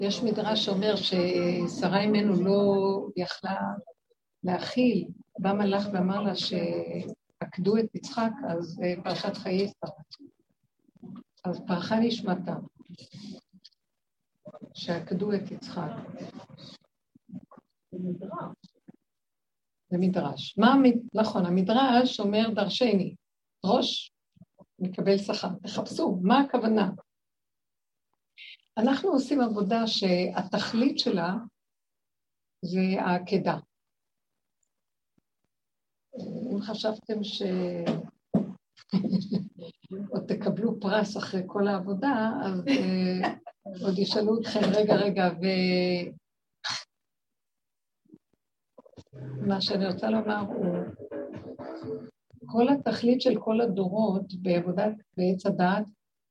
יש מדרש שאומר ששרה אימנו לא יכלה להכיל, בא מלאך ואמר לה שעקדו את יצחק, אז פרשת חיי שרה. אז פרחה נשמתה, שעקדו את יצחק. זה מדרש. נכון, המדרש אומר דרשני, ראש מקבל שכר. תחפשו, מה הכוונה? אנחנו עושים עבודה שהתכלית שלה זה העקדה. אם חשבתם עוד תקבלו פרס אחרי כל העבודה, אז עוד ישאלו אתכם, רגע, מה שאני רוצה לומר הוא, כל התכלית של כל הדורות בעבודת בעץ הדעת,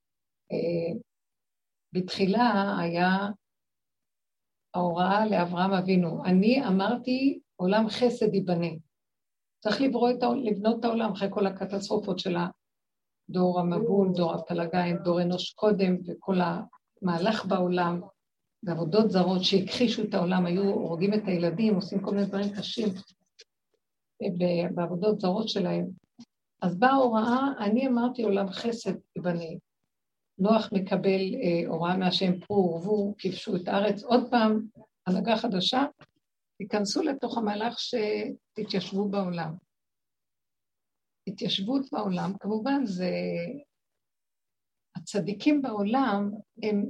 בתחילה היה ההוראה לאברהם אבינו. אני אמרתי, עולם חסד ייבנה. צריך לבנות את העולם אחרי כל הקטסטרופות של דור המבול, דור הפלגיים, דור אנוש קודם, וכל המהלך בעולם, ועבודות זרות שהכחישו את העולם, היו הורגים את הילדים, עושים כל מיני דברים קשים בעבודות זרות שלהם. אז באה ההוראה, אני אמרתי עולם חסד ייבנה. נוח מקבל הוראה מהשם פרו ורבו, כבשו את הארץ, עוד פעם, הנהגה חדשה, תיכנסו לתוך המהלך שתתיישבו בעולם. התיישבות בעולם, כמובן זה, הצדיקים בעולם הם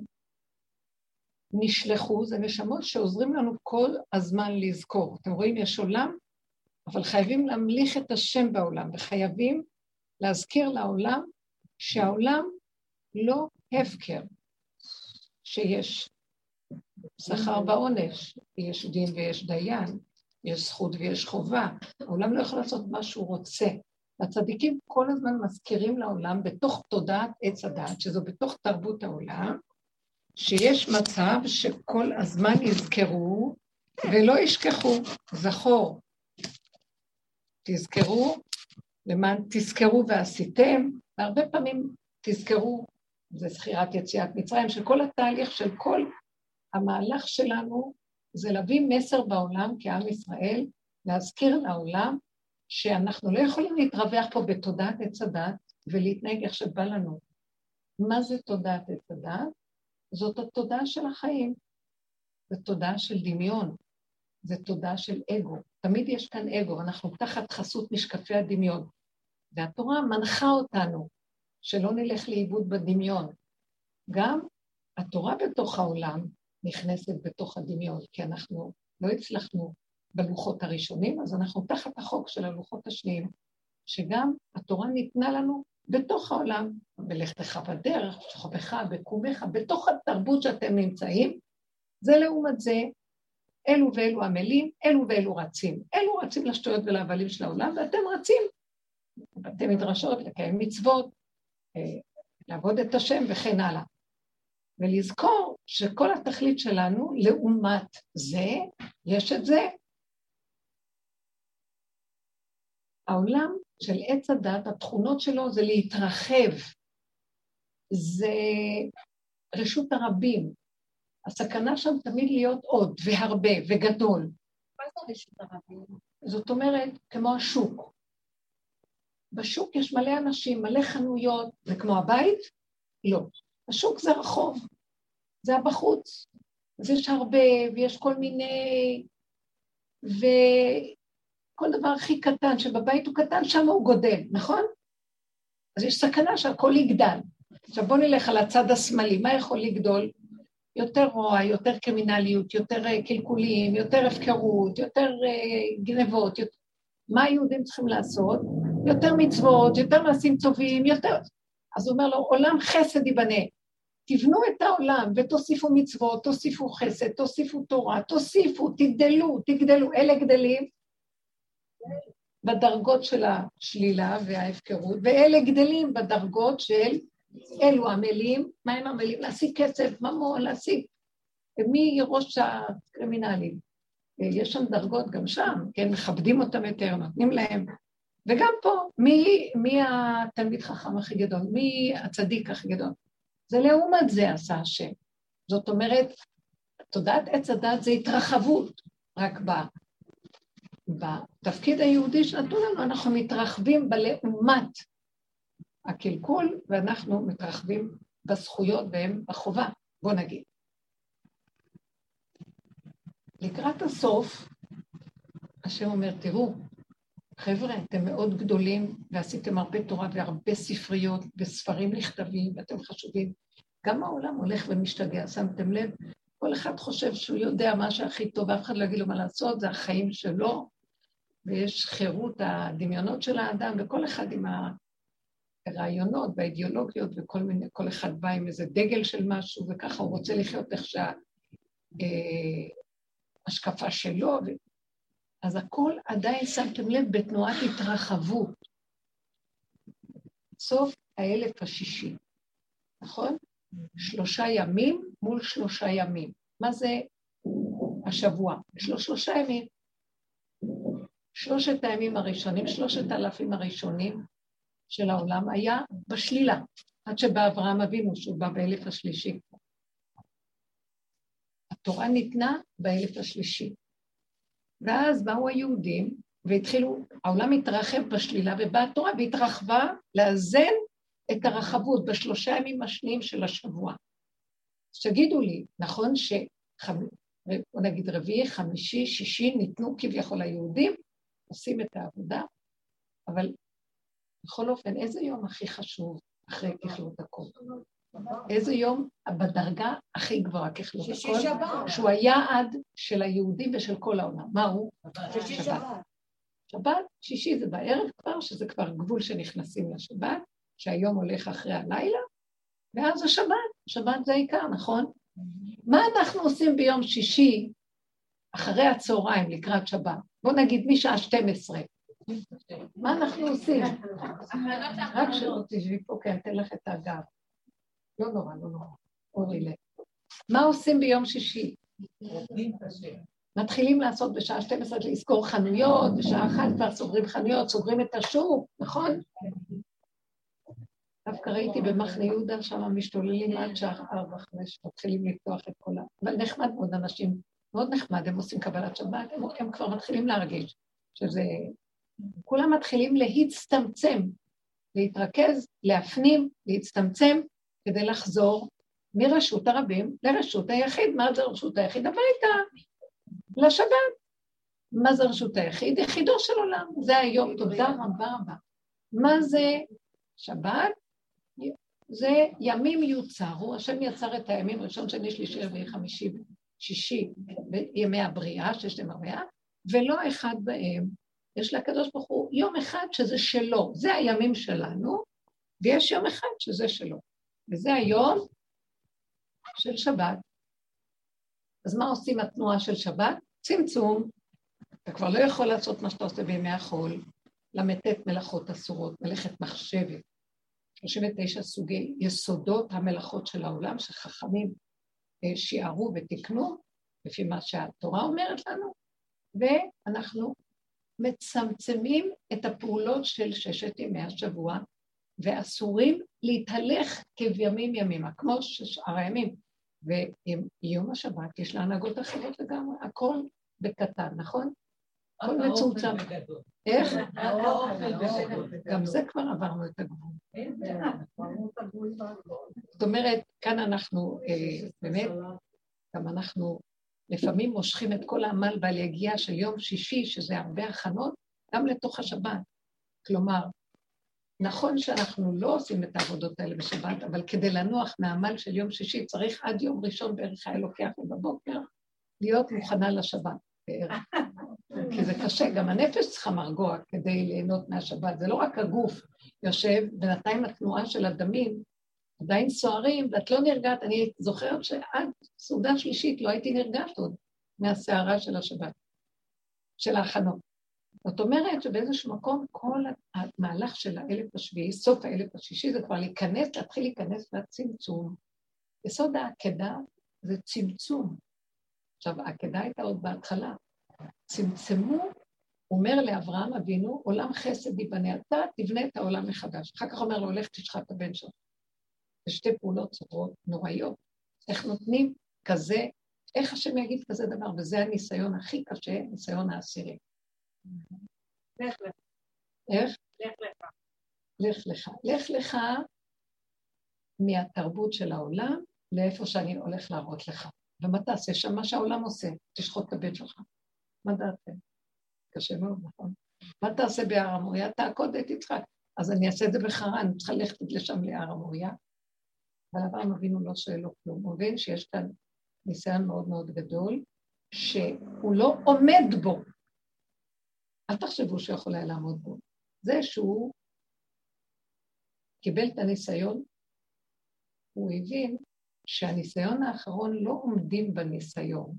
נשלחו, זה נשמות שעוזרים לנו כל הזמן לזכור. אתם רואים, יש עולם, אבל חייבים להמליך את השם בעולם, וחייבים להזכיר לעולם שהעולם לא הפקר, שיש שכר בעונש, יש דין ויש דיין, יש זכות ויש חובה, העולם לא יכול לעשות מה שהוא רוצה. הצדיקים כל הזמן מזכירים לעולם בתוך תודעת עץ הדעת, שזו בתוך תרבות העולם, שיש מצב שכל הזמן יזכרו ולא ישכחו, זכור. תזכרו, למען תזכרו ועשיתם, והרבה פעמים תזכרו, זה זכירת יציאת מצרים, שכל התהליך של כל המהלך שלנו, זה להביא מסר בעולם כעם ישראל, להזכיר לעולם, שאנחנו לא יכולים להתרווח פה בתודעת עץ הדת, ולהתנהג איך שבא לנו. מה זה תודעת עץ הדת? זאת התודעה של החיים. זו תודעה של דמיון. זו תודעה של אגו. תמיד יש כאן אגו, אנחנו תחת חסות משקפי הדמיון. והתורה מנחה אותנו, שלא נלך לאיבוד בדמיון. גם התורה בתוך העולם נכנסת בתוך הדמיון, כי אנחנו לא הצלחנו בלוחות הראשונים, אז אנחנו תחת החוק של הלוחות השניים, שגם התורה ניתנה לנו בתוך העולם, בלכתך בדרך, שוכבך, בקומך, בתוך התרבות שאתם נמצאים, זה לעומת זה, אלו ואלו עמלים, אלו ואלו רצים. אלו רצים לשטויות ולהבלים של העולם, ואתם רצים, אתם מדרשות לקיים מצוות, לעבוד את השם וכן הלאה. ולזכור שכל התכלית שלנו, לעומת זה, יש את זה, העולם של עץ הדת, התכונות שלו זה להתרחב, זה רשות הרבים, הסכנה שם תמיד להיות עוד והרבה וגדול. מה זה רשות הרבים? זאת אומרת, כמו השוק. בשוק יש מלא אנשים, מלא חנויות, זה כמו הבית? לא. השוק זה רחוב, זה הבחוץ, אז יש הרבה ויש כל מיני, וכל דבר הכי קטן שבבית הוא קטן, שם הוא גודל, נכון? אז יש סכנה שהכל יגדל. עכשיו בוא נלך על הצד השמאלי, מה יכול לגדול? יותר רוע, יותר קרימינליות, יותר קלקולים, יותר הפקרות, יותר גנבות, מה היהודים צריכים לעשות? יותר מצוות, יותר מעשים טובים, יותר... אז הוא אומר לו, עולם חסד ייבנה. תבנו את העולם ותוסיפו מצוות, תוסיפו חסד, תוסיפו תורה, תוסיפו, תגדלו, אלה גדלים בדרגות של השלילה וההפקרות, ואלה גדלים בדרגות של אלו עמלים. מה הם עמלים? להשיג כסף, ממון, להשיג. מי ראש הקרימינלים? יש שם דרגות גם שם, כן, מכבדים אותם יותר, נותנים להם. וגם פה, מי התלמיד חכם הכי גדול? מי הצדיק הכי גדול? זה לעומת זה עשה השם. זאת אומרת, תודעת עץ הדת זה התרחבות, רק בתפקיד היהודי שנתנו לנו, אנחנו מתרחבים בלעומת הקלקול, ואנחנו מתרחבים בזכויות והם בחובה, בוא נגיד. לקראת הסוף, השם אומר, תראו, חבר'ה, אתם מאוד גדולים, ועשיתם הרבה תורה והרבה ספריות וספרים נכתבים, ואתם חשובים. גם העולם הולך ומשתגע, שמתם לב? כל אחד חושב שהוא יודע מה שהכי טוב, ואף אחד לא יגיד לו מה לעשות, זה החיים שלו, ויש חירות הדמיונות של האדם, וכל אחד עם הרעיונות והאידיאולוגיות, וכל אחד בא עם איזה דגל של משהו, וככה הוא רוצה לחיות איך שההשקפה שלו, אז הכל עדיין שמתם לב בתנועת התרחבות. סוף האלף השישי, נכון? 3 ימים מול 3 ימים. מה זה השבוע? יש לו 3 ימים. 3 הימים הראשונים, 3,000 הראשונים של העולם היה בשלילה, עד שבא אברהם אבינו, שהוא בא באלף השלישי. התורה ניתנה באלף השלישי. ואז באו היהודים, והתחילו, העולם התרחב בשלילה, ובאה התורה והתרחבה לאזן את הרחבות ב3 ימים השניים של השבוע. שתגידו לי, נכון בוא נגיד רביעי, חמישי, שישי, ניתנו כביכול היהודים, עושים את העבודה, אבל בכל אופן, איזה יום הכי חשוב אחרי ככלות הכל? איזה יום בדרגה הכי גבוהה ככלות הכל? שהוא היעד של היהודים ושל כל העולם. מה הוא? שבת. שבת, שישי זה בערב כבר, שזה כבר גבול שנכנסים לשבת, שהיום הולך אחרי הלילה, ואז השבת זה העיקר, נכון? מה אנחנו עושים ביום שישי, אחרי הצהריים לקראת שבת? בוא נגיד משעה 12. מה אנחנו עושים? רק שלא תשבי פה, כי אני אתן לך את הגב. לא נורא, אורי לב. מה עושים ביום שישי? מתחילים לעשות בשעה 12 לסגור חנויות, בשעה 1 כבר סוגרים חנויות, סוגרים את השוק, נכון? דווקא ראיתי במחנה יהודה שם משתוללים עד שעה 4-5, מתחילים לפתוח את כל אבל נחמד מאוד, אנשים מאוד נחמד, הם עושים קבלת שבת, הם כבר מתחילים להרגיש שזה, כולם מתחילים להצטמצם, להתרכז, להפנים, להצטמצם, כדי לחזור מרשות הרבים לרשות היחיד. מה זה רשות היחיד? הביתה, לשבת. מה זה רשות היחיד? יחידו של עולם. זה היום, תודה רבה רבה. מה זה שבת? זה ימים יוצרו, השם יצר את הימים, ראשון, שני, שלישי, רביעי, חמישי, שישי, בימי הבריאה, שיש להם הבריאה, ולא אחד בהם. יש לקדוש ברוך הוא יום אחד שזה שלו, זה הימים שלנו, ויש יום אחד שזה שלו. וזה היום של שבת. אז מה עושים התנועה של שבת? צמצום. אתה כבר לא יכול לעשות מה שאתה עושה בימי החול, למתת מלאכות אסורות, מלאכת מחשבת. 39 סוגי יסודות המלאכות של העולם, שחכמים שיערו ותקנו, לפי מה שהתורה אומרת לנו, ואנחנו מצמצמים את הפעולות של 6 ימי השבוע, ואסורים להתהלך כבימים ימימה, כמו שאר הימים. ויום השבת יש לה הנהגות אחרות לגמרי, הכל בקטן, נכון? הכל מצומצם. איך? גם זה כבר עברנו את הגבול. זאת אומרת, כאן אנחנו באמת, גם אנחנו לפעמים מושכים את כל העמל ועל יגיעה של יום שישי, שזה הרבה הכנות, גם לתוך השבת. כלומר, נכון שאנחנו לא עושים את העבודות האלה בשבת, אבל כדי לנוח מהעמל של יום שישי, צריך עד יום ראשון בערך היה לוקח בבוקר, להיות מוכנה לשבת בערך. כי זה קשה, גם הנפש צריכה מרגוע כדי ליהנות מהשבת, זה לא רק הגוף יושב, בינתיים התנועה של הדמים עדיין סוערים, ואת לא נרגעת, אני זוכרת שעד סעודה שלישית לא הייתי נרגעת עוד מהסערה של השבת, של ההכנות. זאת אומרת שבאיזשהו מקום כל המהלך של האלף השביעי, סוף האלף השישי, זה כבר להתחיל להיכנס לצמצום. יסוד העקדה זה צמצום. עכשיו, העקדה הייתה עוד בהתחלה. צמצמו, אומר לאברהם אבינו, עולם חסד ייבנה, אתה תבנה את העולם מחדש. אחר כך אומר לו, הולך תשחט את הבן שלך. זה 2 פעולות סותרות נוראיות. איך נותנים כזה איך השם יגיד כזה דבר? וזה הניסיון הכי קשה, ניסיון העשירי. לך לך. איך? לך לך. לך לך. לך לך מהתרבות של העולם לאיפה שאני הולך להראות לך. ומה תעשה שם? מה שהעולם עושה, תשחוט את הבית שלך. מה דעתם? קשה מאוד, נכון? מה תעשה בהר המוריה? תעקוד את יצחק. אז אני אעשה את זה בחרן, אני צריכה ללכת לשם להר המוריה. אבל אברהם אבינו לא שואל לו כלום. הוא מבין שיש כאן ניסיון מאוד מאוד גדול, שהוא לא עומד בו. אל תחשבו שהוא יכול היה לעמוד בו. זה שהוא קיבל את הניסיון, הוא הבין שהניסיון האחרון לא עומדים בניסיון,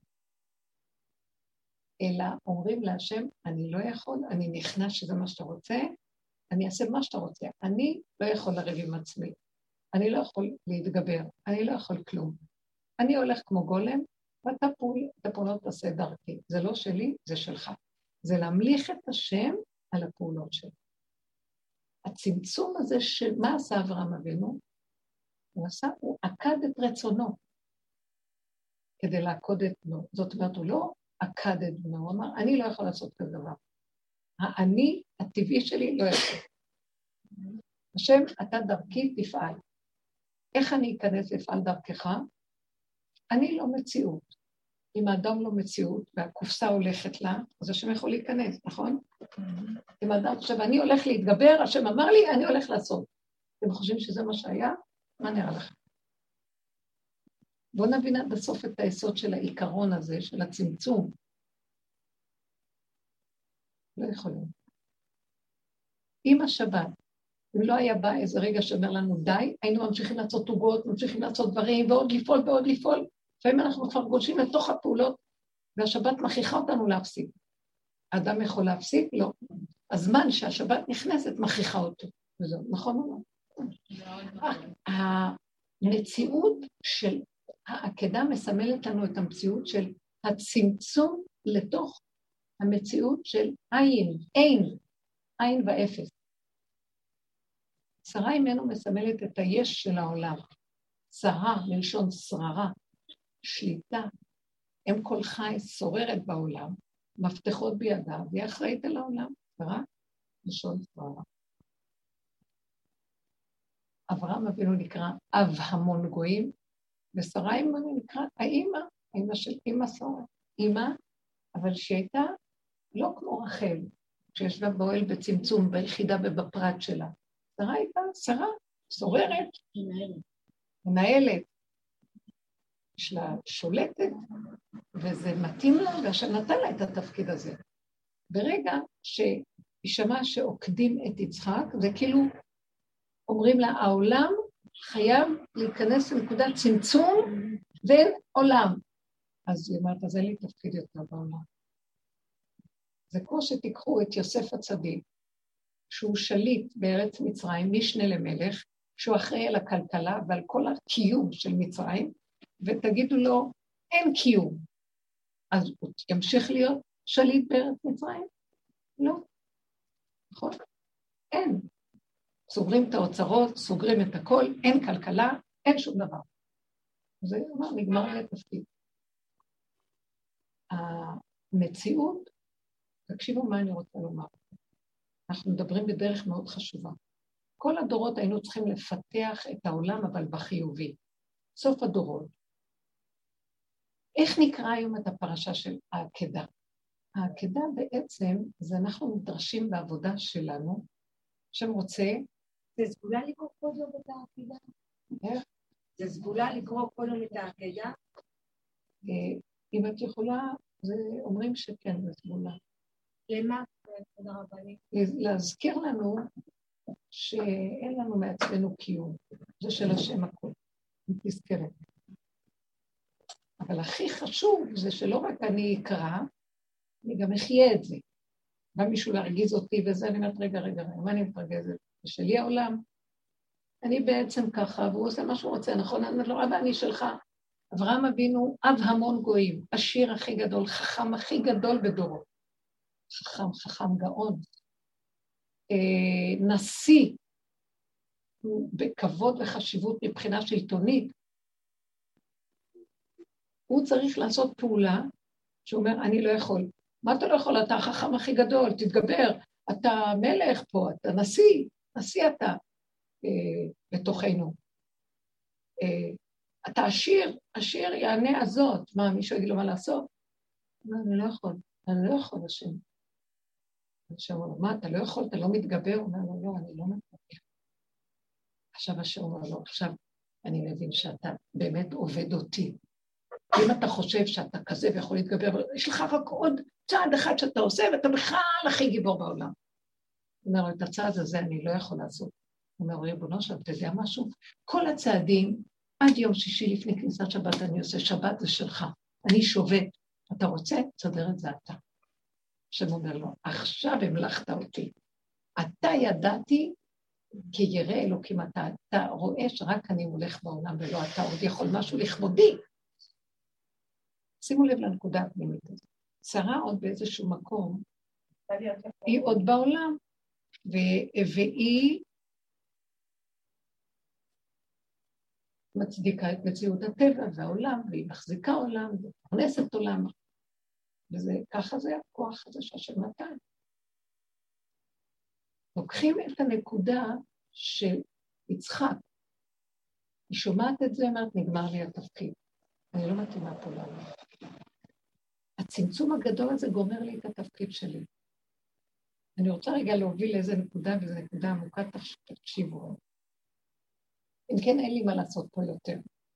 אלא אומרים להשם, אני לא יכול, אני נכנס שזה מה שאתה רוצה, אני אעשה מה שאתה רוצה. אני לא יכול לריב עם עצמי, אני לא יכול להתגבר, אני לא יכול כלום. אני הולך כמו גולם, ואתה הפעולות תעשה דרכי. זה לא שלי, זה שלך. זה להמליך את השם על הפעולות שלו. הצמצום הזה של מה עשה אברהם אבינו? הוא עקד את רצונו כדי לעקוד את בנו. זאת אומרת, הוא לא עקד את בנו, הוא אמר, אני לא יכול לעשות כזה דבר. האני הטבעי שלי לא יכול. השם, אתה דרכי תפעל. איך אני אכנס לפעל דרכך? אני לא מציאות. אם האדם לא מציאות והקופסה הולכת לה, אז השם יכול להיכנס, נכון? אם האדם חושב, אני הולך להתגבר, השם אמר לי, אני הולך לעשות. אתם חושבים שזה מה שהיה? מה נראה לכם? בואו נבין עד הסוף את היסוד של העיקרון הזה, של הצמצום. לא יכולים. עם השבת, אם לא היה בא איזה רגע שאומר לנו די, היינו ממשיכים לעשות תוגות, ממשיכים לעשות דברים, ועוד לפעול ועוד לפעול. לפעמים אנחנו כבר גולשים לתוך הפעולות, והשבת מכריחה אותנו להפסיק. האדם יכול להפסיק? לא. הזמן שהשבת נכנסת מכריחה אותו. וזהו, נכון או לא? המציאות של העקדה מסמלת לנו את המציאות של הצמצום לתוך המציאות של עין ואפס. שרה ממנו מסמלת את היש של העולם. שרה, מלשון שררה, שליטה. אם כל חי שוררת בעולם, מפתחות בידה, והיא אחראית על העולם. שרה, מלשון שררה. אברהם אבינו נקרא אב המון גויים, ושרה אימנו נקרא האמא, אמא של אמא שרה. אמא, אבל שהייתה לא כמו רחל, שישבה באוהל בצמצום, ביחידה ובפרט שלה. שרה הייתה שרה, שוררת, מנהלת, יש לה שולטת, וזה מתאים לה, והשם נתן לה את התפקיד הזה. ברגע שהיא שמעה שעוקדים את יצחק, זה כאילו אומרים לה, העולם חייב להיכנס לנקודת צמצום ואין עולם. אז היא אומרת, אז אין לי תפקיד יותר בעולם. זה כמו שתיקחו את יוסף הצדיק, שהוא שליט בארץ מצרים, משנה למלך, שהוא אחראי על הכלכלה ועל כל הקיום של מצרים, ותגידו לו, אין קיום. אז הוא ימשיך להיות שליט בארץ מצרים? לא. נכון? אין. סוגרים את האוצרות, סוגרים את הכל, אין כלכלה, אין שום דבר. זה אומר, נגמר לי התפקיד. המציאות, תקשיבו מה אני רוצה לומר. אנחנו מדברים בדרך מאוד חשובה. כל הדורות היינו צריכים לפתח את העולם, אבל בחיובי. סוף הדורות. איך נקרא היום את הפרשה של העקדה? העקדה בעצם, זה אנחנו נדרשים בעבודה שלנו, שם רוצה... זה סגולה לקרוא כל יום את העקדה? איך? זה סגולה לקרוא כל יום את העקדה? אם את יכולה, אומרים שכן, זה סגולה. למה? תודה רבה לי. להזכיר לנו שאין לנו מעצמנו קיום. זה של השם הכל. תזכרת. אבל הכי חשוב זה שלא רק אני אקרא, אני גם אחיה את זה. בא מישהו להרגיז אותי וזה, אני אומרת, רגע, מה אני מתרגזת? זה שלי העולם. אני בעצם ככה, והוא עושה מה שהוא רוצה, נכון? אני לא רבה, אני שלך. אברהם אבינו, אב המון גויים, עשיר הכי גדול, חכם הכי גדול בדורו. חכם גאון. נשיא, בכבוד וחשיבות מבחינה שלטונית. הוא צריך לעשות פעולה, שהוא אומר, אני לא יכול. מה אתה לא יכול? אתה החכם הכי גדול, תתגבר, אתה מלך פה, אתה נשיא אתה בתוכנו. אתה עשיר יענה הזאת. מה, מישהו יגיד לו מה לעשות? לא, אני לא יכול, השם. השם אומר, מה, אתה לא יכול, אתה לא מתגבר? הוא אומר לו, לא, אני לא מתגבר. עכשיו השם אומר לו, עכשיו אני מבין שאתה באמת עובד אותי. אם אתה חושב שאתה כזה ויכול להתגבר, יש לך רק עוד צעד אחד שאתה עושה, ואתה בכלל הכי גיבור בעולם. הוא אומר, את הצעד הזה אני לא יכול לעשות. הוא אומר, ריבונו שם, אתה יודע משהו? כל הצעדים, עד יום שישי לפני כניסת שבת אני עושה, שבת זה שלך. אני שובת. אתה רוצה? תסדר את זה אתה. השם אומר לו, עכשיו המלכת אותי. אתה ידעתי כירא אלוקים, אתה רואה שרק אני מולך בעולם ולא אתה עוד יכול משהו לכבודי. שימו לב לנקודה הפנימית הזאת. שרה עוד באיזשהו מקום, היא עוד בעולם, והיא מצדיקה את מציאות הטבע והעולם, והיא מחזיקה עולם, ונכנסת עולם, וככה זה הכוח הזה שהשם נתן. לוקחים את הנקודה של יצחק, היא שומעת את זה, אומרת, נגמר לי התפקיד. אני לא מתאימה פה לעולם. הצמצום הגדול הזה גומר לי את התפקיד שלי. אני רוצה רגע להוביל לאיזה נקודה, וזו נקודה עמוקה, תקשיבו. אם כן, אין לי מה לעשות פה יותר.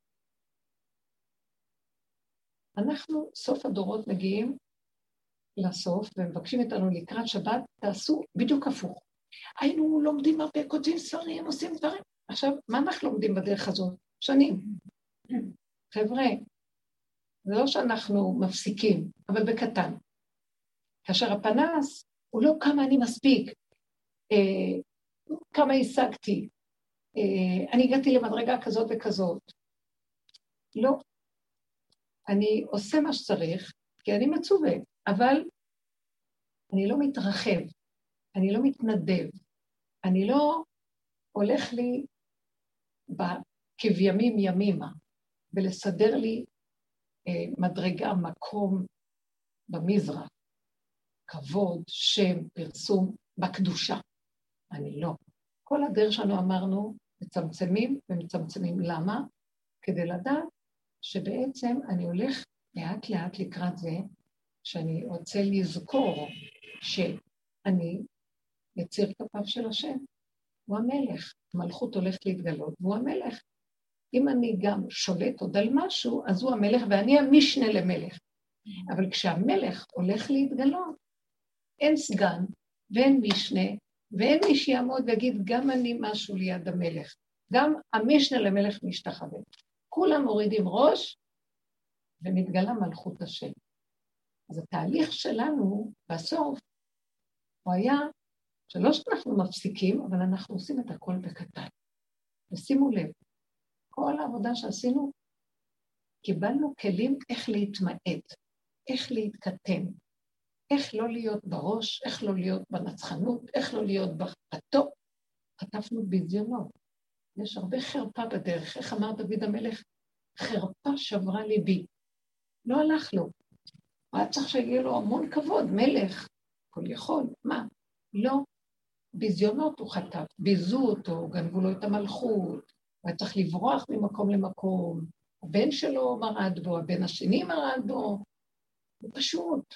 אנחנו, סוף הדורות, מגיעים לסוף, ומבקשים איתנו לקראת שבת, תעשו בדיוק הפוך. היינו לומדים הרבה, כותבים ספרים, עושים דברים. עכשיו, מה אנחנו לומדים בדרך הזאת? שנים. חבר'ה, זה לא שאנחנו מפסיקים, אבל בקטן. כאשר הפנס הוא לא כמה אני מספיק, כמה השגתי, אני הגעתי למדרגה כזאת וכזאת. לא. אני עושה מה שצריך, כי אני מצווה, אבל אני לא מתרחב, אני לא מתנדב, אני לא הולך לי כבימים ימימה, ולסדר לי מדרגה, מקום במזרח, כבוד, שם, פרסום, בקדושה. אני לא. כל הדרך שלנו אמרנו, מצמצמים ומצמצמים. למה? כדי לדעת שבעצם אני הולך לאט לאט לקראת זה, שאני רוצה לזכור שאני יציר כפיו של השם. הוא המלך, המלכות הולכת להתגלות, והוא המלך. אם אני גם שולט עוד על משהו, אז הוא המלך ואני המשנה למלך. אבל כשהמלך הולך להתגלות, אין סגן ואין משנה, ואין מי שיעמוד ויגיד, גם אני משהו ליד המלך. גם המשנה למלך משתחווה. כולם מורידים ראש, ומתגלה מלכות השם. אז התהליך שלנו, בסוף, הוא היה שלא שאנחנו מפסיקים, אבל אנחנו עושים את הכל בקטן. ושימו לב, כל העבודה שעשינו, קיבלנו כלים איך להתמעט, איך להתקטן, איך לא להיות בראש, איך לא להיות בנצחנות, איך לא להיות בטופ. חטפנו ביזיונות. יש הרבה חרפה בדרך. איך אמר דוד המלך? חרפה שברה ליבי. לא הלך לו. הוא היה צריך שיהיה לו המון כבוד, מלך, כל יכול. מה? לא. ביזיונות הוא חטף. ביזו אותו, גנבו לו את המלכות. הוא היה צריך לברוח ממקום למקום. הבן שלו מרד בו, הבן השני מרד בו. זה פשוט.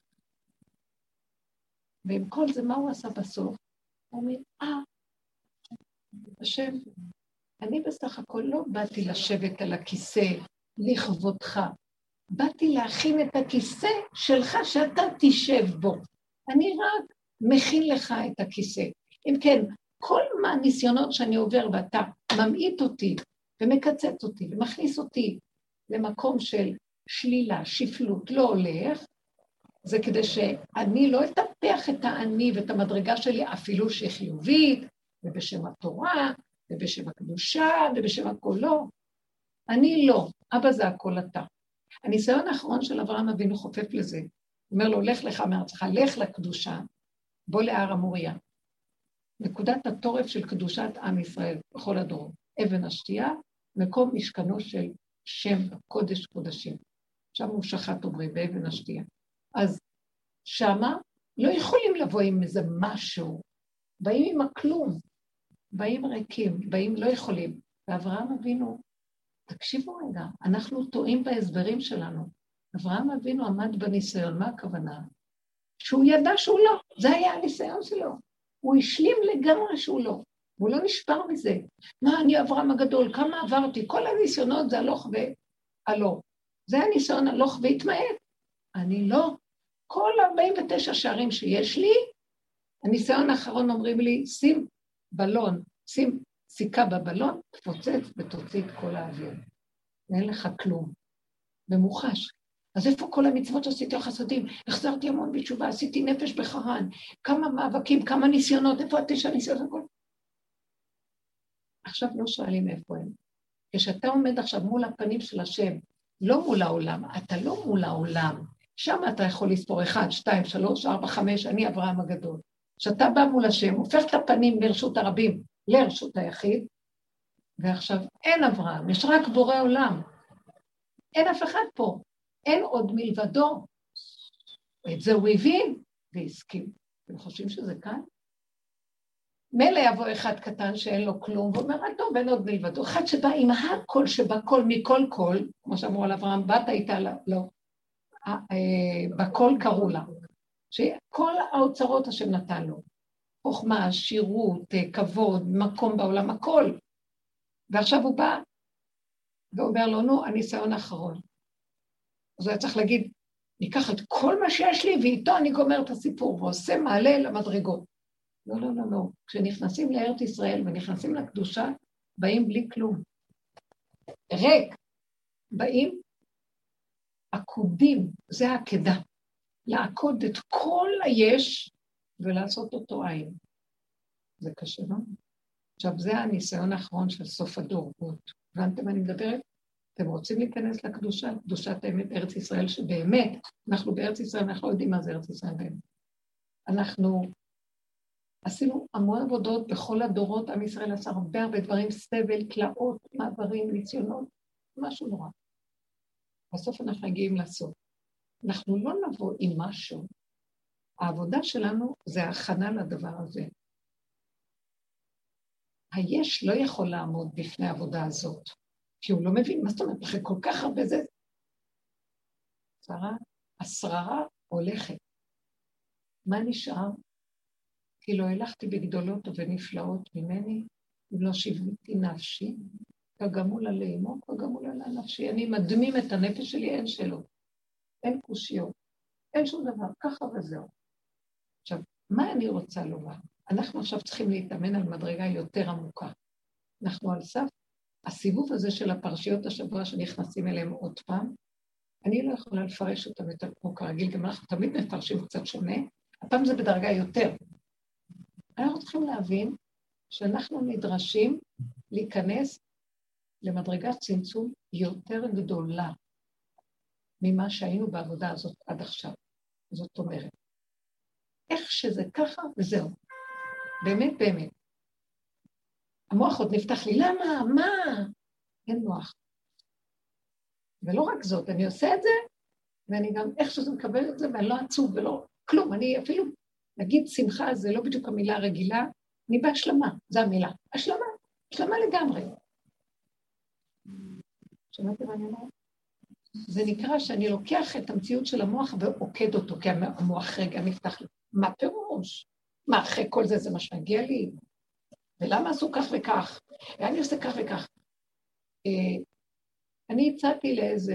ועם כל זה, מה הוא עשה בסוף? הוא אומר, השם, אני בסך הכל לא באתי לשבת על הכיסא לכבודך, באתי להכין את הכיסא שלך שאתה תשב בו. אני רק מכין לך את הכיסא. אם כן, כל מה הניסיונות שאני עובר ואתה ממעיט אותי ומקצץ אותי ומכניס אותי למקום של שלילה, שפלות, לא הולך, זה כדי שאני לא אטפח את האני ואת המדרגה שלי אפילו שהיא חיובית, ובשם התורה, ובשם הקדושה, ובשם הכל לא. אני לא, אבא זה הכל אתה. הניסיון האחרון של אברהם אבינו חופף לזה. הוא אומר לו, לך לך מארצך, לך לקדושה, בוא להר המוריה. נקודת התורף של קדושת עם ישראל בכל הדורות. אבן השתייה, מקום משכנו של שם קודש קודשים. שם הוא שחט עוברי באבן השתייה. אז שמה לא יכולים לבוא עם איזה משהו, באים עם הכלום, באים ריקים, באים לא יכולים. ואברהם אבינו, תקשיבו רגע, אנחנו טועים בהסברים שלנו. אברהם אבינו עמד בניסיון, מה הכוונה? שהוא ידע שהוא לא, זה היה הניסיון שלו. הוא השלים לגמרי שהוא לא, הוא לא נשבר מזה. מה, אני אברהם הגדול, כמה עברתי, כל הניסיונות זה הלוך והלוך. זה הניסיון הלוך והתמעט. אני לא. כל 49 שערים שיש לי, הניסיון האחרון אומרים לי, שים בלון, שים סיכה בבלון, תפוצץ ותוציא את כל האוויר. ואין לך כלום. במוחש. אז איפה כל המצוות שעשיתי החסדים? החזרתי המון בתשובה, עשיתי נפש בחרן, כמה מאבקים, כמה ניסיונות, איפה 9 ניסיונות? הכל? עכשיו לא שואלים איפה הם. כשאתה עומד עכשיו מול הפנים של השם, לא מול העולם, אתה לא מול העולם, שם אתה יכול לספור 1, 2, 3, 4, 5, אני אברהם הגדול. כשאתה בא מול השם, הופך את הפנים מרשות הרבים לרשות היחיד, ועכשיו אין אברהם, יש רק בורא עולם. אין אף אחד פה, אין עוד מלבדו. את זה הוא הבין והסכים. אתם חושבים שזה כאן? מילא יבוא אחד קטן שאין לו כלום, ואומר, טוב, אין עוד מלבדו. אחד שבא עם הכל שבכל מכל כל, כמו שאמרו על אברהם, בת הייתה לה, לא, בכל קראו לה, שכל האוצרות השם נתן לו, חוכמה, שירות, כבוד, מקום בעולם, הכל. ועכשיו הוא בא ואומר לו, נו, הניסיון האחרון. אז הוא היה צריך להגיד, ניקח את כל מה שיש לי, ואיתו אני גומר את הסיפור, ועושה מעלה למדרגות. לא, לא, לא, לא. כשנכנסים לארץ ישראל ונכנסים לקדושה, באים בלי כלום. ריק. באים עקודים, זה העקדה. לעקוד את כל היש ולעשות אותו עין. זה קשה, לא? עכשיו, זה הניסיון האחרון של סוף הדורות. הבנתם מה אני מדברת? אתם רוצים להיכנס לקדושה? קדושת האמת ארץ ישראל, שבאמת, אנחנו בארץ ישראל, אנחנו לא יודעים מה זה ארץ ישראל באמת. אנחנו עשינו המון עבודות בכל הדורות, עם ישראל עשה הרבה דברים, סבל, תלאות, מעברים, ניסיונות, משהו נורא. בסוף אנחנו מגיעים לסוף. אנחנו לא נבוא עם משהו. העבודה שלנו זה ההכנה לדבר הזה. היש לא יכול לעמוד בפני העבודה הזאת, כי הוא לא מבין, מה זאת אומרת, אחרי כל כך הרבה זה, השררה הולכת. מה נשאר? כי לא הלכתי בגדולות ובנפלאות ממני, אם לא שיוויתי נפשי, כגמול לה לאמו, כגמול לה נפשי. אני מדמים את הנפש שלי, אין שאלות, אין קושיות, אין שום דבר, ככה וזהו. עכשיו, מה אני רוצה לומר? אנחנו עכשיו צריכים להתאמן על מדרגה יותר עמוקה. אנחנו על סף הסיבוב הזה של הפרשיות השבוע שנכנסים אליהם עוד פעם, אני לא יכולה לפרש אותם יותר כמו כרגיל, גם אנחנו תמיד מפרשים קצת שונה, הפעם זה בדרגה יותר. אנחנו צריכים להבין שאנחנו נדרשים להיכנס למדרגת צמצום יותר גדולה ממה שהיינו בעבודה הזאת עד עכשיו. זאת אומרת, איך שזה ככה וזהו. באמת, באמת. המוח עוד נפתח לי, למה? מה? אין מוח. ולא רק זאת, אני עושה את זה, ואני גם איך שזה מקבל את זה, ואני לא עצוב ולא כלום. אני אפילו, נגיד שמחה, זה לא בדיוק המילה הרגילה, אני בהשלמה, זו המילה. השלמה, השלמה לגמרי. שמעתם מה אני אומרת? זה נקרא שאני לוקח את המציאות של המוח ועוקד אותו, כי המוח רגע נפתח לי. מה פירוש? מה, אחרי כל זה מה שמגיע לי? ולמה עשו כך וכך? ואני עושה כך וכך. אני הצעתי לאיזה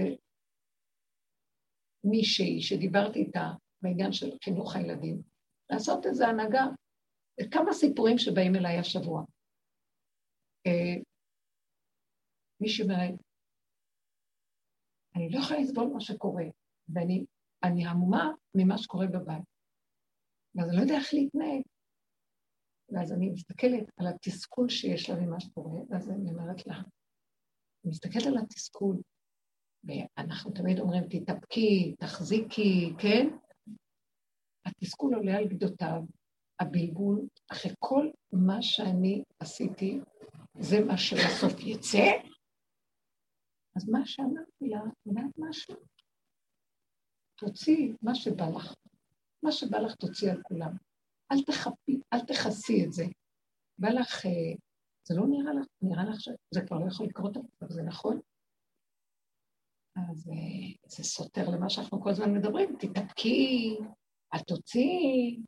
מישהי שדיברתי איתה בעניין של חינוך הילדים, לעשות איזו הנהגה, כמה סיפורים שבאים אליי השבוע. מישהי אומרת, אני לא יכולה לסבול מה שקורה, ואני המומה ממה שקורה בבית. ואז אני לא יודע איך להתנהג. ואז אני מסתכלת על התסכול שיש לה ממה שקורה, ואז אני אומרת לה, אני מסתכלת על התסכול, ואנחנו תמיד אומרים, תתאפקי, תחזיקי, כן? התסכול עולה על גדותיו, הבלבול, אחרי כל מה שאני עשיתי, זה מה שבסוף יצא, אז מה שאמרתי לה, אומרת משהו, תוציא מה שבא לך. מה שבא לך תוציא על כולם. אל תחפי, אל תחסי את זה. בא לך, זה לא נראה לך שזה כבר לא יכול לקרות, אבל זה נכון. אז זה סותר למה שאנחנו כל הזמן מדברים, תתאפקי, אל תוציאי.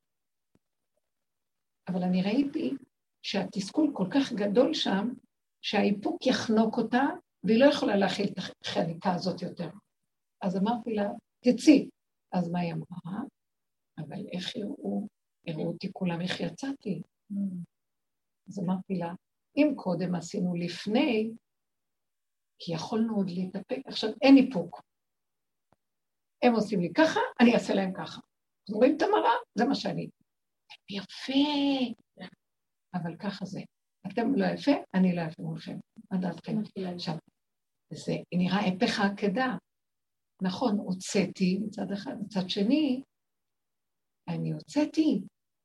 אבל אני ראיתי שהתסכול כל כך גדול שם, שהאיפוק יחנוק אותה, והיא לא יכולה להכיל את החניקה הזאת יותר. אז אמרתי לה, תצאי. אז מה היא אמרה? אבל איך הראו אותי כולם, איך יצאתי? אז אמרתי לה, אם קודם עשינו לפני, כי יכולנו עוד להתאפק, עכשיו אין איפוק. הם עושים לי ככה, אני אעשה להם ככה. אז רואים את המראה, זה מה שאני. יפה, אבל ככה זה. אתם לא יפה, אני לא יפה מולכם. מה דעתכם? עכשיו, זה נראה הפך העקדה. נכון, הוצאתי מצד אחד, מצד שני, אני הוצאתי,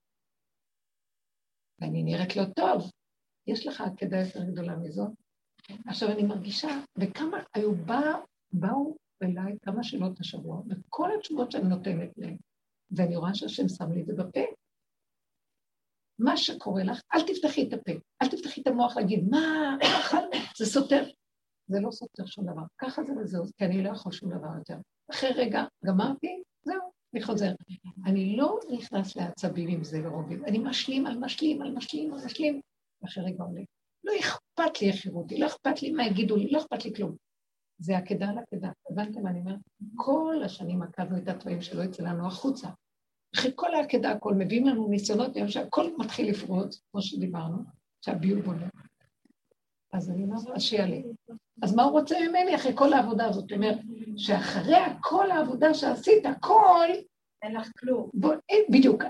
ואני נראית לא טוב. יש לך עקדה יותר גדולה מזאת? עכשיו אני מרגישה, וכמה באו אליי כמה שאלות השבוע, וכל התשובות שאני נותנת להם, ואני רואה שהשם שם לי את זה בפה. מה שקורה לך, אל תפתחי את הפה, אל תפתחי את המוח להגיד, מה, זה סותר. זה לא סותר שום דבר, ככה זה וזהו, כי אני לא יכול שום דבר יותר. אחרי רגע, גמרתי, זהו, אני חוזר. אני לא נכנס לעצבים עם זה ורובים, אני משלים על משלים, על משלים, על משלים, ואחרי רגע עולה. לא אכפת לי איך יראו אותי, לא אכפת לי מה יגידו לי, לא אכפת לי כלום. זה עקדה על עקדה. הבנתם מה אני אומר? כל השנים עקדנו את התוואים שלא יצא לנו החוצה. אחרי כל העקדה, הכל מביאים לנו ניסיונות, שהכל מתחיל לפרוץ, כמו שדיברנו, שהביוב עולה. אז אני אומר, אז שיהיה לי. אז מה הוא רוצה ממני אחרי כל העבודה הזאת? הוא אומר, שאחרי כל העבודה שעשית, הכל... אין לך כלום. בדיוק.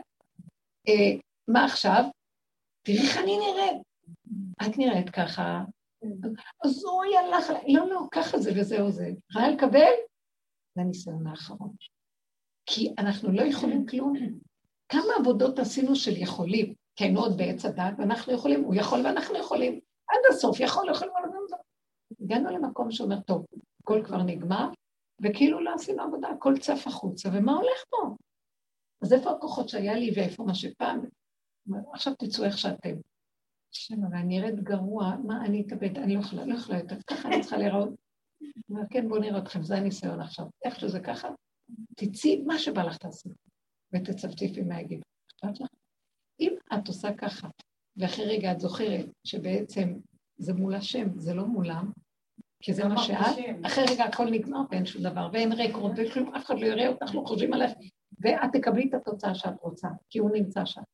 מה עכשיו? תראי איך אני נראית. את נראית ככה. אז הוא ילך, לא, ככה זה וזהו זה. יכולה לקבל? זה הניסיון האחרון. כי אנחנו לא יכולים כלום. כמה עבודות עשינו של יכולים, כי היינו עוד בעץ הדת, ואנחנו יכולים, הוא יכול ואנחנו יכולים. עד הסוף, יכול, הגענו למקום שאומר, טוב, הכל כבר נגמר, וכאילו לא עשינו עבודה, הכל צף החוצה, ומה הולך פה? אז איפה הכוחות שהיה לי ואיפה מה שפעם? עכשיו תצאו איך שאתם. שם, אבל אני נראית גרוע, מה אני אתאבד, אני לא יכולה יותר, ככה אני צריכה לראות. כן, בואו נראה אתכם, זה הניסיון עכשיו. איך שזה ככה? תצאי מה שבא לך תעשי, ותצפציפי מה יגיד. אם את עושה ככה, ואחרי רגע את זוכרת שבעצם זה מול השם, זה לא מולם, כי זה מה שאת, אחרי רגע הכל נגמר ואין שום דבר, ואין רקורד וכלום, אף אחד לא יראה אותך, לא חושבים עליך, ואת תקבלי את התוצאה שאת רוצה, כי הוא נמצא שם.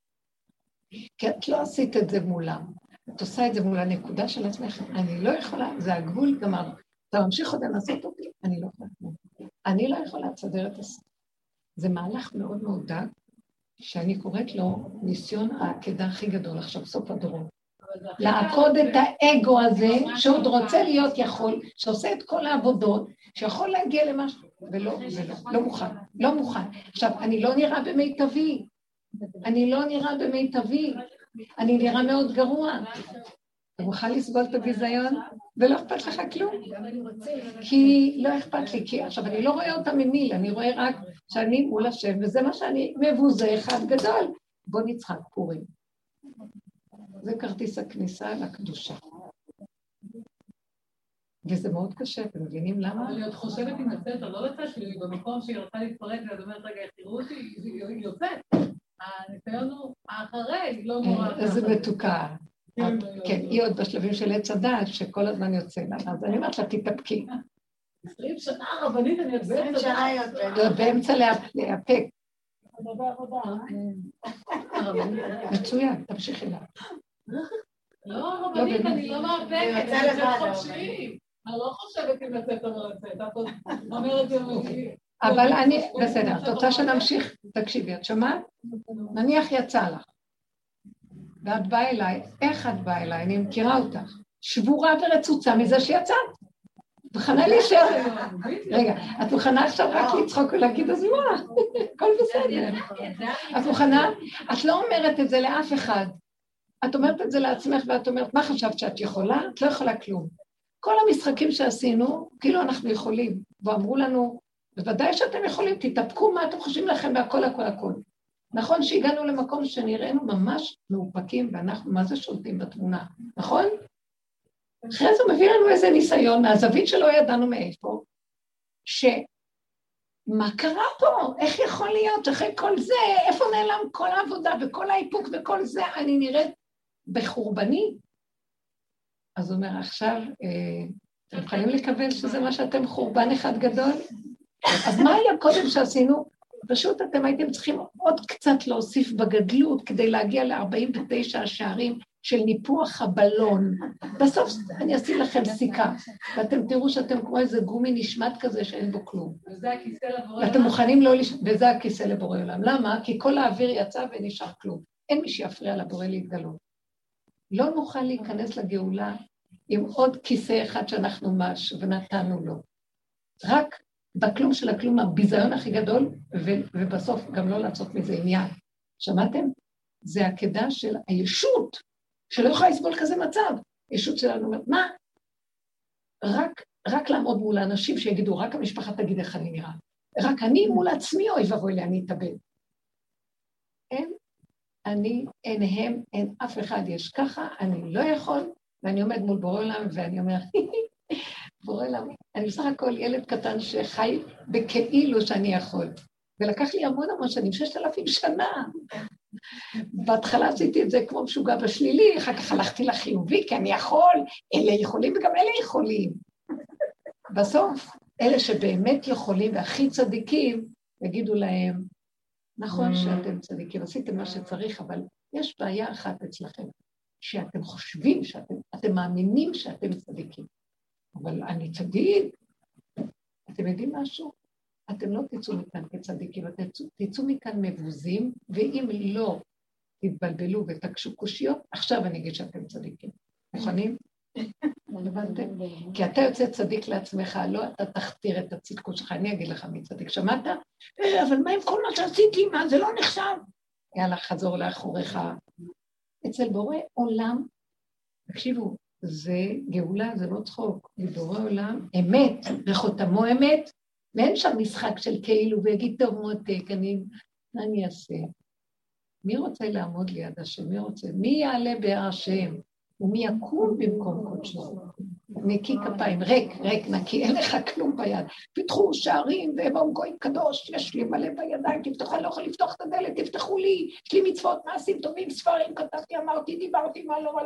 כי את לא עשית את זה מולם, את עושה את זה מול הנקודה של עצמך, אני לא יכולה, זה הגבול גמר, אתה ממשיך עוד לנסות אותי, אני לא יכולה, אני לא יכולה לסדר את זה. זה מהלך מאוד מאוד דק, שאני קוראת לו ניסיון העקדה הכי גדול, עכשיו סוף הדורות. לעקוד את האגו הזה, שעוד רוצה להיות יכול, שעושה את כל העבודות, שיכול להגיע למשהו, ולא, לא מוכן, לא מוכן. עכשיו, אני לא נראה במיטבי, אני נראה מאוד גרוע. אתה מוכן לסבול את הביזיון, ולא אכפת לך כלום. כי לא אכפת לי, כי עכשיו אני לא רואה אותה ממילא, אני רואה רק שאני מול השם, וזה מה שאני מבוזה אחד גדול. בוא נצחק פורים. זה כרטיס הכניסה לקדושה. וזה מאוד קשה, אתם מבינים למה? אבל אני חושבת אם לצאת או לא לצאת, כי במקום שהיא רוצה להתפרק, ואת אומרת, רגע, איך תראו אותי, היא יוצאת. הניסיון הוא האחרי, לא נורא. איזה מתוקה. כן, היא עוד בשלבים של עץ הדעת, שכל הזמן יוצא לה. אז אני אומרת לה, תתאפקי. 20 שנה רבנית, אני עוד באמצע להיאפק. מצוין, תמשיכי לה. לא, רבנית, אני לא מאפקת, אני יוצאת חופשי. אני לא חושבת אם לצאת או לא לצאת, את אומרת יומי. אבל אני, בסדר, את רוצה שנמשיך, תקשיבי, את שומעת? נניח יצא לך. ואת באה אליי, איך את באה אליי? אני מכירה אותך. שבורה ורצוצה מזה שיצאת. מוכנה להישאר. רגע, את מוכנה עכשיו רק לצחוק ולהגיד, אז מה? הכל בסדר. את מוכנה? את לא אומרת את זה לאף אחד. את אומרת את זה לעצמך ואת אומרת, מה חשבת שאת יכולה? את לא יכולה כלום. כל המשחקים שעשינו, כאילו אנחנו יכולים. ואמרו לנו, בוודאי שאתם יכולים, תתאפקו מה אתם חושבים לכם והכל הכל הכל. נכון שהגענו למקום שנראינו ממש מאופקים, ואנחנו מה זה שולטים בתמונה, נכון? אחרי זה הוא מביא לנו איזה ניסיון מהזווית שלא ידענו מאיפה, מה קרה פה? איך יכול להיות? אחרי כל זה, איפה נעלם כל העבודה וכל האיפוק וכל זה, אני נראית בחורבני? אז הוא אומר, עכשיו, אתם יכולים לקבל שזה מה שאתם חורבן אחד גדול? אז מה היה קודם שעשינו? פשוט אתם הייתם צריכים עוד קצת להוסיף בגדלות, כדי להגיע ל-49 השערים של ניפוח הבלון. בסוף אני אשים לכם סיכה, ואתם תראו שאתם כמו איזה גומי נשמט כזה שאין בו כלום. וזה הכיסא לבורא עולם. ואתם מוכנים לא וזה הכיסא לבורא עולם. למה? כי כל האוויר יצא ונשאר כלום. אין מי שיפריע לבורא להתגלות. לא נוכל להיכנס לגאולה עם עוד כיסא אחד שאנחנו מש ונתנו לו. רק בכלום של הכלום, הביזיון הכי גדול, ובסוף גם לא לעשות מזה עניין. שמעתם? זה העקדה של הישות, שלא יכולה לסבול כזה מצב. הישות שלנו אומרת, מה? רק לעמוד מול האנשים שיגידו, רק המשפחה תגיד איך אני נראה. רק אני מול עצמי, אוי ואבוי לי, אני אתאבד. אין אני, אין הם, אין אף אחד יש ככה, אני לא יכול, ואני עומד מול בורא עולם, ואני אומר, בורא עולם, אני בסך הכל ילד קטן שחי בכאילו שאני יכול. ולקח לי המון שנים, 6,000 שנה. בהתחלה עשיתי את זה כמו משוגע בשלילי, אחר כך הלכתי לחיובי, כי אני יכול, אלה יכולים וגם אלה יכולים. בסוף, אלה שבאמת יכולים והכי צדיקים, יגידו להם, נכון שאתם צדיקים, עשיתם מה שצריך, אבל יש בעיה אחת אצלכם, שאתם חושבים, אתם מאמינים שאתם צדיקים. אבל אני צדיק, אתם יודעים משהו? אתם לא תצאו מכאן כצדיקים, אתם תצאו מכאן מבוזים, ואם לא תתבלבלו ותקשו קושיות, עכשיו אני אגיד שאתם צדיקים. מוכנים? הבנתם? כי אתה יוצא צדיק לעצמך, לא אתה תכתיר את הצדקות שלך, אני אגיד לך מי צדיק. שמעת? אבל מה עם כל מה שעשיתי? מה? זה לא נחשב. יאללה, חזור לאחוריך. אצל בורא עולם, תקשיבו, זה גאולה, זה לא צחוק. לבורא עולם, אמת, וחותמו אמת, ואין שם משחק של כאילו, ויגיד, טוב מותק, מה אני אעשה? מי רוצה לעמוד ליד השם? מי רוצה? מי יעלה בהר השם? ומי יקום במקום קודשו? נקי כפיים, ריק, נקי, אין לך כלום ביד. פתחו שערים, ובאו גוי קדוש, יש לי מלא בידיים, תפתחו, אני לא יכול לפתוח את הדלת, תפתחו לי, יש לי מצוות, מעשים טובים, ספרים, כתבתי, אמרתי, דיברתי, מה לא,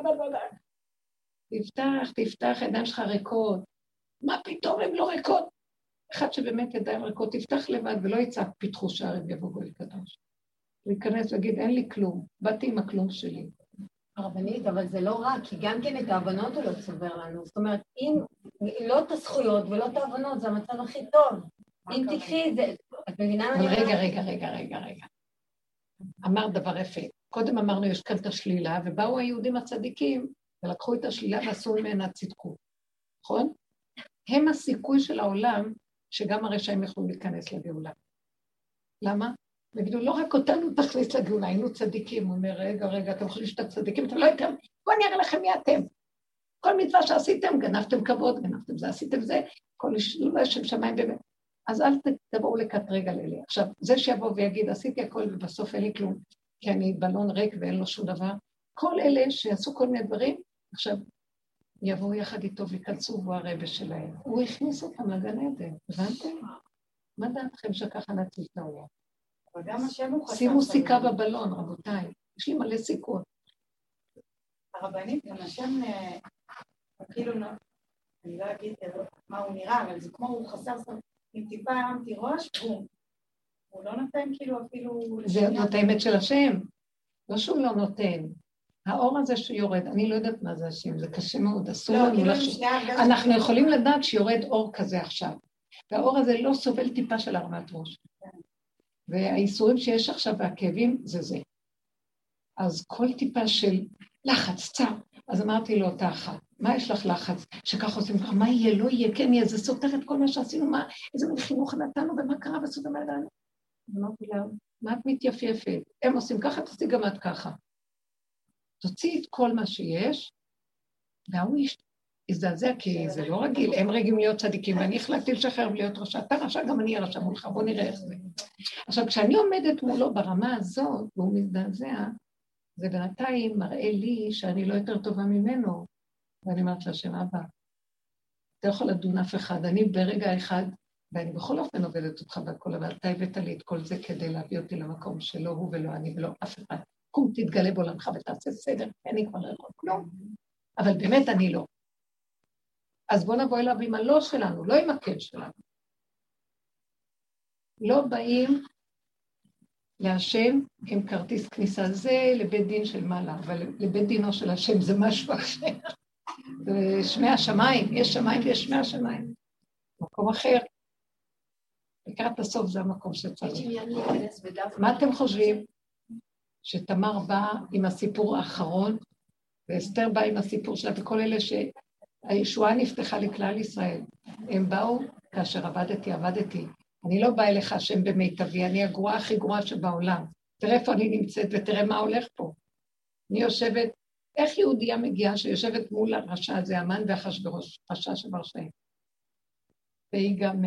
תפתח, ידיים שלך ריקות. מה פתאום הן לא ריקות? אחד שבאמת ידיים ריקות, תפתח לבד ולא יצעק, פתחו שערים, יבוא גוי קדוש. להיכנס ולהגיד, אין לי כלום, באתי עם הכלום שלי. הרבנית, אבל זה לא רע, כי גם כן את ההבנות הוא לא צובר לנו. זאת אומרת, אם לא את הזכויות ולא את ההבנות, זה המצב הכי טוב. אם תקחי את זה, את מבינה? אבל רגע. אמר דבר יפה. קודם אמרנו, יש כאן את השלילה, ובאו היהודים הצדיקים, ולקחו את השלילה ועשו ממנה צדקות. נכון? הם הסיכוי של העולם, שגם הרשעים יכולים להיכנס לגאולה. למה? נגידו, לא רק אותנו תכניס לגאולה, היינו צדיקים. הוא אומר, רגע, אתם חושבים שאתם צדיקים, אתם לא הייתם, בואו אני אראה לכם מי אתם. כל מצווה שעשיתם, גנבתם כבוד, גנבתם זה, עשיתם זה, כל לא שם שמיים באמת. אז אל תבואו לקטרג על אלה. עכשיו, זה שיבוא ויגיד, עשיתי הכל ובסוף אין לי כלום, כי אני בלון ריק ואין לו שום דבר, כל אלה שעשו כל מיני דברים, עכשיו, יבואו יחד איתו ויקלצו בו הרבה שלהם. הוא הכניס אותם לגן עדן, הבנתם? מה דעתכם שככה נציל את העולם? שימו סיכה בבלון, רבותיי. יש לי מלא סיכות. הרבנית, גם השם, כאילו, אני לא אגיד מה הוא נראה, אבל זה כמו הוא חסר עם טיפה הרמתי ראש, הוא לא נותן כאילו אפילו... זאת האמת של השם. לא שהוא לא נותן. האור הזה שיורד, אני לא יודעת מה זה השם, זה קשה מאוד, אסור לנו לחשוב. אנחנו יכולים לדעת שיורד אור כזה עכשיו. והאור הזה לא סובל טיפה של הרמת ראש. והאיסורים שיש עכשיו והכאבים זה זה. אז כל טיפה של לחץ, צער, אז אמרתי לו אותה אחת, מה יש לך לחץ? שכך עושים לך, מה יהיה, לא יהיה, כן יהיה, זה סותר את כל מה שעשינו, איזה מין חינוך נתנו ומה קרה בסוד המדען? אמרתי לה, מה את מתייפייפת? הם עושים ככה, תעשי גם את ככה. תוציא את כל מה שיש, והוא הזדעזע, כי זה לא רגיל, הם רגילים להיות צדיקים, ואני החלטתי לשחרר ולהיות רשע, אתה רשע, גם אני רשע מולך, בוא נראה איך זה. עכשיו, כשאני עומדת מולו ברמה הזאת, והוא מזדעזע, זה בינתיים מראה לי שאני לא יותר טובה ממנו, ואני אומרת להשם, אבא, אתה יכול לדון אף אחד, אני ברגע אחד, ואני בכל אופן עובדת אותך בכל, אבל אתה הבאת לי את כל זה כדי להביא אותי למקום שלא הוא ולא אני ולא אף אחד. קום תתגלה בעולמך ותעשה סדר, אני כבר לא יכול כלום, אבל באמת אני לא. אז בוא נבוא אליו עם הלא שלנו, לא עם הכן שלנו. לא באים להשם עם כרטיס כניסה, זה לבית דין של מעלה, אבל לבית דינו של השם זה משהו אחר. זה שמי השמיים, יש שמיים ויש שמי השמיים. מקום אחר. לקראת הסוף זה המקום שצריך. מה אתם חושבים? שתמר באה עם הסיפור האחרון, ואסתר באה עם הסיפור שלה, וכל אלה שהישועה נפתחה לכלל ישראל. הם באו כאשר עבדתי. אני לא באה אליך השם במיטבי, אני הגרועה הכי גרועה שבעולם. תראה איפה אני נמצאת ותראה מה הולך פה. אני יושבת, איך יהודיה מגיעה שיושבת מול הרשע הזה, המן ואחשוורוש, רשע שברשעים. והיא גם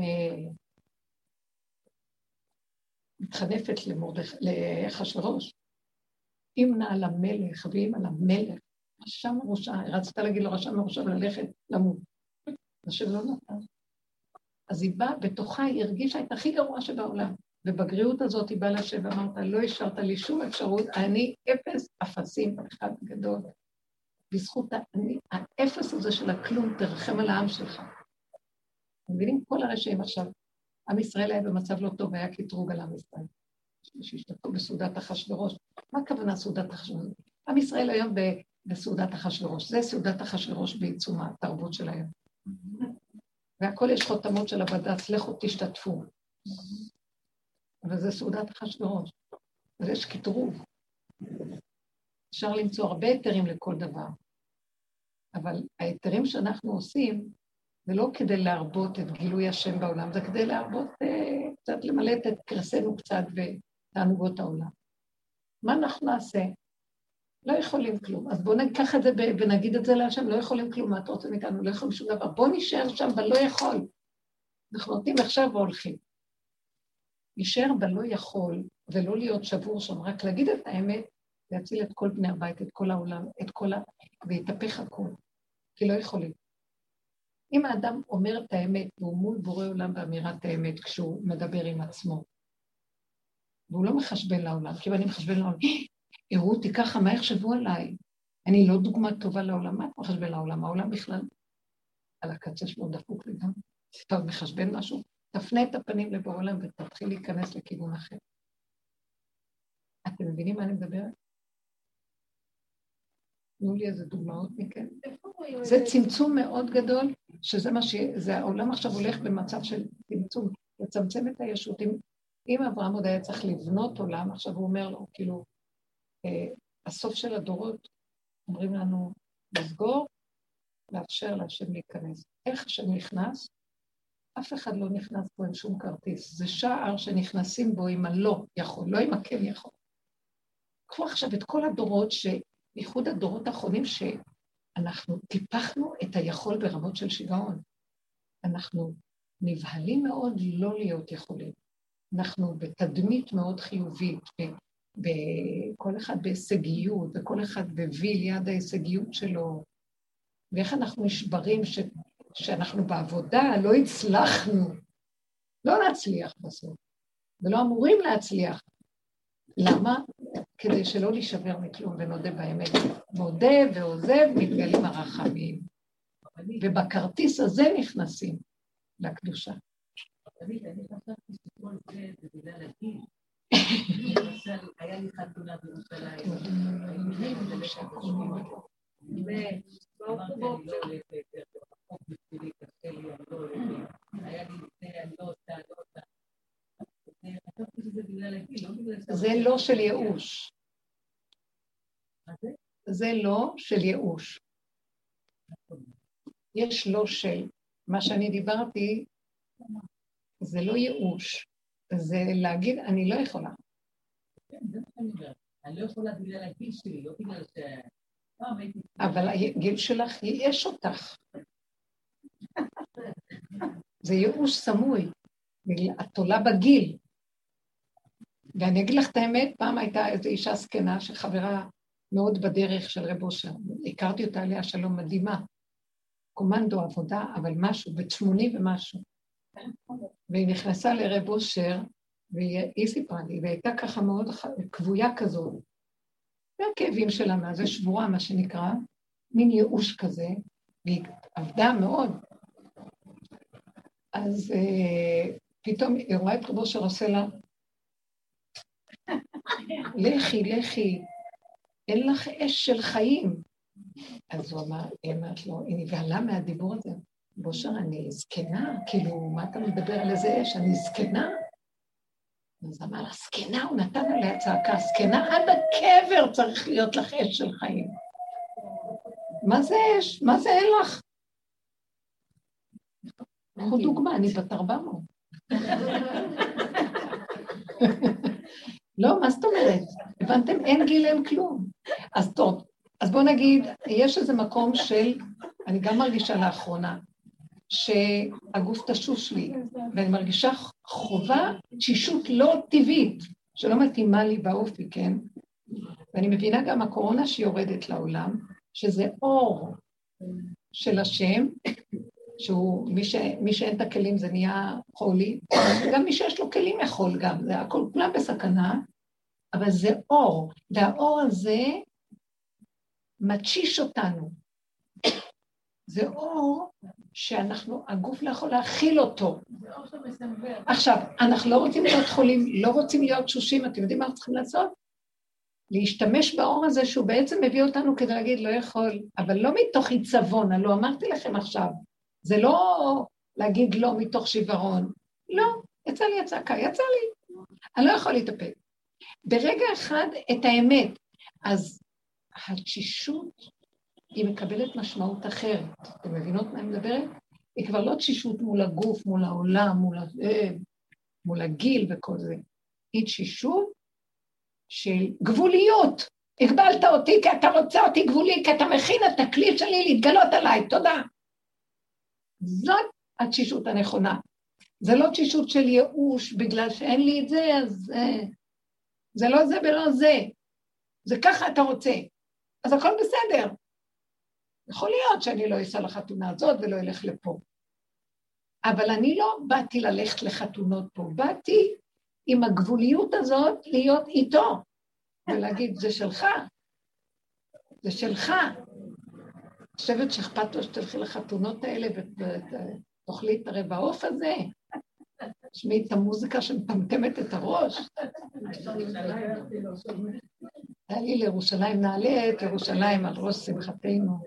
מתחנפת לאחשוורוש. אם נע על המלך, ואם על המלך, רשע מרושע, רצתה להגיד לו רשע מרושע וללכת למות. השם לא נתן. אז היא באה, בתוכה היא הרגישה את הכי גרוע שבעולם. ובגריעות הזאת היא באה לשם ואמרת, לא השארת לי שום אפשרות, אני אפס אפסים אחד גדול. בזכות האפס הזה של הכלום, תרחם על העם שלך. מבינים כל הרשעים עכשיו, עם ישראל היה במצב לא טוב, היה קטרוג על עם ישראל. שהשתתפו בסעודת אחשוורוש. מה הכוונה סעודת אחשוורוש? עם ישראל היום בסעודת אחשוורוש. זה סעודת אחשוורוש בעיצומה, התרבות של היום. והכל יש חותמות של הבד"ץ, לכו תשתתפו. אבל זה סעודת אחשוורוש. אז יש קטרוג. אפשר למצוא הרבה היתרים לכל דבר. אבל ההיתרים שאנחנו עושים, זה לא כדי להרבות את גילוי השם בעולם, זה כדי להרבות קצת, למלט את קרסנו קצת ותענוגות העולם. מה אנחנו נעשה? לא יכולים כלום. אז בואו ניקח את זה ונגיד את זה להשם, לא יכולים כלום, מה אתה רוצה מאיתנו? לא יכולים שום דבר. בואו נשאר שם בלא יכול. אנחנו נותנים עכשיו והולכים. נשאר בלא יכול, ולא להיות שבור שם, רק להגיד את האמת, להציל את כל בני הבית, את כל העולם, ויתהפך הכל, כי לא יכולים. אם האדם אומר את האמת, והוא מול בורא עולם באמירת האמת, כשהוא מדבר עם עצמו, והוא לא מחשבן לעולם, כי אם אני מחשבן לעולם, הראו אותי ככה, מה יחשבו עליי? אני לא דוגמה טובה לעולם, מה את מחשבן לעולם? העולם בכלל על הקצה שלו דפוק לגמרי. אתה מחשבן משהו, תפנה את הפנים לבורא עולם ותתחיל להיכנס לכיוון אחר. אתם מבינים מה אני מדברת? תנו לי איזה דוגמאות מכן. זה צמצום מאוד גדול, שזה מה זה העולם עכשיו הולך במצב של צמצום, לצמצם את הישות. אם אברהם עוד היה צריך לבנות עולם, עכשיו הוא אומר לו, כאילו, הסוף של הדורות, אומרים לנו, לסגור, לאפשר להשם להיכנס. איך השם נכנס? אף אחד לא נכנס פה עם שום כרטיס. זה שער שנכנסים בו עם הלא יכול, לא עם הכן יכול. קחו עכשיו את כל הדורות, בייחוד הדורות האחרונים שאנחנו טיפחנו את היכול ברמות של שיגעון. אנחנו נבהלים מאוד לא להיות יכולים. אנחנו בתדמית מאוד חיובית, וכל אחד בהישגיות, וכל אחד בביל יד ההישגיות שלו. ואיך אנחנו נשברים שאנחנו בעבודה, לא הצלחנו, לא נצליח בסוף, ולא אמורים להצליח. למה? כדי שלא להישבר מכלום ונודה באמת. מודה ועוזב, מתגלים הרחמים. ובכרטיס הזה נכנסים לקדושה. אני חשבתי שכל זה בגלל הגיל. היה לי חתונה בירושלים. זה לא של ייאוש. זה לא של ייאוש. יש לא של, מה שאני דיברתי, זה לא ייאוש. זה להגיד, אני לא יכולה. אני לא יכולה בגלל הגיל שלי, לא בגלל ש... אבל הגיל שלך ייאש אותך. זה ייאוש סמוי, את עולה בגיל. ואני אגיד לך את האמת, פעם הייתה איזו אישה זקנה שחברה מאוד בדרך של רב אושר. הכרתי אותה עליה שלום מדהימה. קומנדו עבודה, אבל משהו, בת 80 ומשהו. והיא נכנסה לרב אושר, והיא סיפרה לי, והיא הייתה ככה מאוד כבויה כזאת. והכאבים שלה מהזה שבורה, מה שנקרא, מין ייאוש כזה, והיא עבדה מאוד. אז פתאום היא רואה את רב אושר עושה לה, לכי, אין לך אש של חיים. אז הוא אמר, היא אמרת לו, היא נבהלה מהדיבור הזה. רב אושר, אני זקנה, כאילו, מה אתה מדבר על איזה אש? אני זקנה? אז אמר לה, זקנה, הוא נתן עליה צעקה, זקנה עד הקבר צריך להיות לך אש של חיים. מה זה אש? מה זה אין לך? קחו דוגמה, אני בת 400. לא, מה זאת אומרת? הבנתם? אין גיל, אין כלום. אז טוב, אז בואו נגיד, יש איזה מקום של, אני גם מרגישה לאחרונה, שהגוף תשוש לי, ואני מרגישה חובה, תשישות לא טבעית, שלא מתאימה לי באופי, כן? ואני מבינה גם הקורונה שיורדת לעולם, שזה אור של השם, שהוא, מי שאין את הכלים זה נהיה חולי, וגם מי שיש לו כלים יכול גם, זה הכל כולם בסכנה, אבל זה אור, והאור הזה מתשיש אותנו. זה אור שאנחנו, הגוף לא יכול להכיל אותו. זה אור שמסנבר. עכשיו, אנחנו לא רוצים להיות חולים, לא רוצים להיות תשושים, אתם יודעים מה אנחנו צריכים לעשות? להשתמש באור הזה שהוא בעצם מביא אותנו כדי להגיד לא יכול, אבל לא מתוך עיצבון, לא אמרתי לכם עכשיו, זה לא להגיד לא מתוך שיוורון, לא, יצא לי הצעקה, יצא לי, אני לא יכול להתאפק. ברגע אחד את האמת, אז התשישות היא מקבלת משמעות אחרת, אתם מבינות מה אני מדברת? היא כבר לא תשישות מול הגוף, מול העולם, מול הגיל וכל זה, היא תשישות של גבוליות, הגבלת אותי כי אתה רוצה אותי גבולי, כי אתה מכין את הכלי שלי להתגלות עליי, תודה. זאת התשישות הנכונה. זה לא תשישות של ייאוש, בגלל שאין לי את זה, אז זה לא זה ולא זה. זה ככה אתה רוצה. אז הכל בסדר. יכול להיות שאני לא אסע לחתונה הזאת ולא אלך לפה. אבל אני לא באתי ללכת לחתונות פה, באתי עם הגבוליות הזאת להיות איתו, ולהגיד, זה שלך, זה שלך. חושבת שאכפת לו שתלכי לחתונות האלה ותאכלי את הרבע העוף הזה, תשמעי את המוזיקה שמפמפמת את הראש. תעלי לירושלים, נעלה את ירושלים על ראש שמחתנו.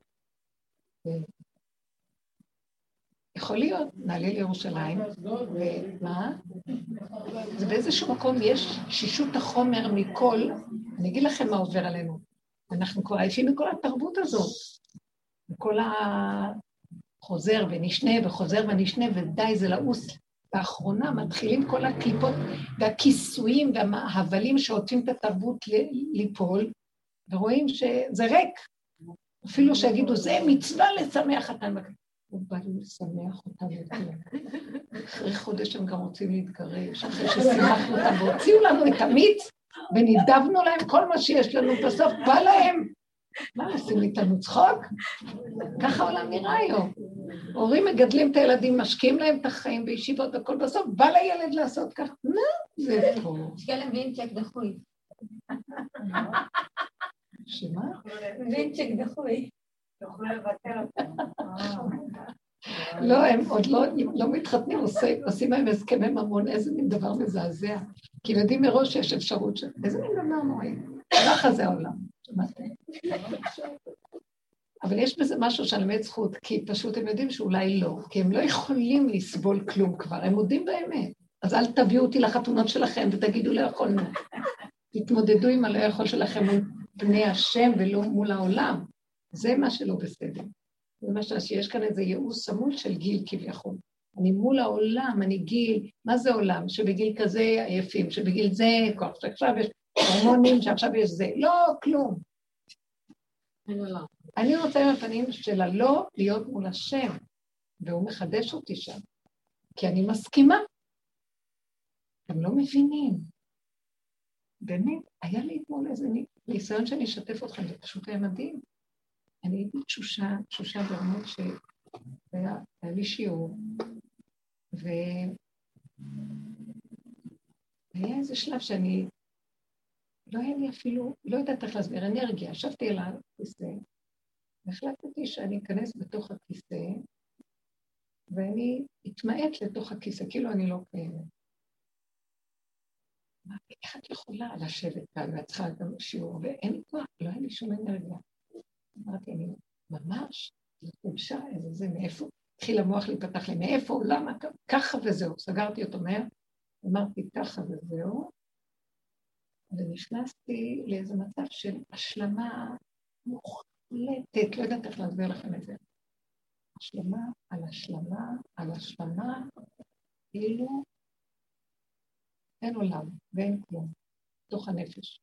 יכול להיות, נעלה לירושלים, ומה? זה באיזשהו מקום יש שישות החומר מכל, אני אגיד לכם מה עובר עלינו, אנחנו כבר עייפים מכל התרבות הזאת, מכל החוזר ונשנה וחוזר ונשנה, ודי זה לעוס. באחרונה מתחילים כל הקליפות והכיסויים וההבלים שעוטפים את התרבות ליפול, ורואים שזה ריק, אפילו שיגידו, זה מצווה לשמח אותנו. הוא בא לשמח אותנו יותר. אחרי חודש הם גם רוצים להתגרש, אחרי ששימחנו אותם והוציאו לנו את המיץ, ונידבנו להם כל מה שיש לנו, בסוף בא להם. מה עושים איתנו צחוק? ככה העולם נראה היום. הורים מגדלים את הילדים, משקיעים להם את החיים בישיבות וכל בסוף, בא לילד לעשות ככה. מה? זה פה. שכאלה וינצ'ק דחוי. שמה? וינצ'ק דחוי. תוכלו לבטל אותם. לא, הם עוד לא מתחתנים, עושים להם הסכמי ממון, איזה מין דבר מזעזע. כי ילדים מראש יש אפשרות של... איזה מין דבר נוראי. ככה זה העולם. שמעתם? אבל יש בזה משהו שאני באמת זכות, כי פשוט הם יודעים שאולי לא, כי הם לא יכולים לסבול כלום כבר, הם מודים באמת. אז אל תביאו אותי לחתונות שלכם ותגידו לא יכולנו. תתמודדו עם הלא יכול שלכם מול פני השם ולא מול העולם. זה מה שלא בסדר. זה מה שיש כאן איזה ייאוש סמול של גיל כביכול. אני מול העולם, אני גיל, מה זה עולם? שבגיל כזה עייפים, שבגיל זה כוח, שעכשיו יש הורמונים, שעכשיו יש זה. לא, כלום. אני רוצה עם הפנים של הלא להיות מול השם, והוא מחדש אותי שם, כי אני מסכימה. הם לא מבינים. באמת, היה לי אתמול איזה ניסיון שאני אשתף אתכם, זה פשוט היה מדהים. אני הייתי תשושה ברמות שהיה לי שיעור, והיה איזה שלב שאני, לא היה לי אפילו, לא יודעת איך להסביר, אנרגיה, ישבתי על הכיסא, והחלטתי שאני אכנס בתוך הכיסא, ואני אתמעט לתוך הכיסא, כאילו אני לא קיימת. איך את יכולה לשבת כאן, ואת צריכה גם שיעור, ואין לי כוח, לא היה לי שום אנרגיה. אמרתי, אני ממש, זו תחושה, איזה זה, מאיפה? התחיל המוח להיפתח לי, מאיפה, למה, ככה וזהו. סגרתי אותו מהר, אמרתי ככה וזהו, ונכנסתי לאיזה מצב של השלמה מוחלטת, לא יודעת איך להסביר לכם את זה. השלמה על השלמה על השלמה, כאילו אין עולם ואין כלום, תוך הנפש.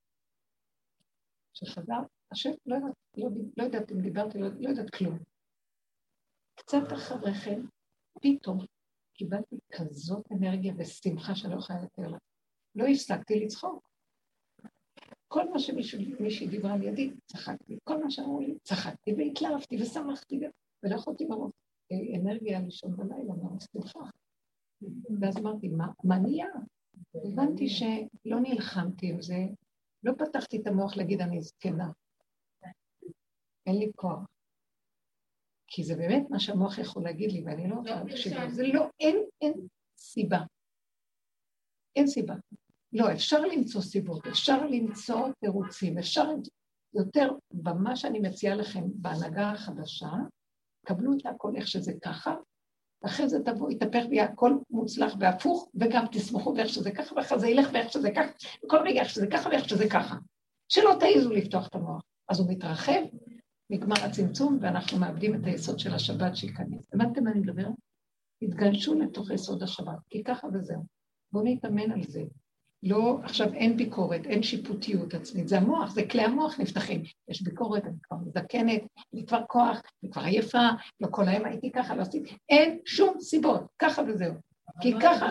שחזר, השם, לא יודעת אם דיברתי, לא יודעת כלום. קצת אחרי כן, פתאום קיבלתי כזאת אנרגיה ושמחה שלא יכולה לתאר לה. לא הפסקתי לצחוק. כל מה שמישהי דיברה על ידי, צחקתי. כל מה שאמרו לי, צחקתי והתלהבתי ושמחתי. ולא יכולתי מרוב אנרגיה לישון בלילה, מרוב שמחה. ואז אמרתי, מה נהיה? הבנתי שלא נלחמתי עם זה, לא פתחתי את המוח להגיד אני זקנה. אין לי כוח. כי זה באמת מה שהמוח יכול להגיד לי, ואני לא רוצה להקשיב. זה לא, אין סיבה. אין סיבה. לא, אפשר למצוא סיבות, אפשר למצוא תירוצים, אפשר יותר במה שאני מציעה לכם בהנהגה החדשה, קבלו את הכל איך שזה ככה, ואחרי זה תבוא, יתהפך בי הכל מוצלח והפוך, וגם תסמכו באיך שזה ככה, ואחרי זה ילך באיך שזה ככה, וכל רגע איך שזה ככה ואיך שזה ככה. שלא תעיזו לפתוח את המוח. אז הוא מתרחב, נגמר הצמצום, ואנחנו מאבדים את היסוד של השבת שייכנס. הבנתם מה אני מדבר? התגלשו לתוך יסוד השבת, כי ככה וזהו. בואו נתאמן על זה. לא, עכשיו אין ביקורת, אין שיפוטיות עצמית, זה המוח, זה כלי המוח נפתחים. יש ביקורת, אני כבר מזקנת, אני כבר כוח, אני כבר עייפה, לא כל היום הייתי ככה, לא עשיתי, אין שום סיבות, ככה וזהו. כי ככה,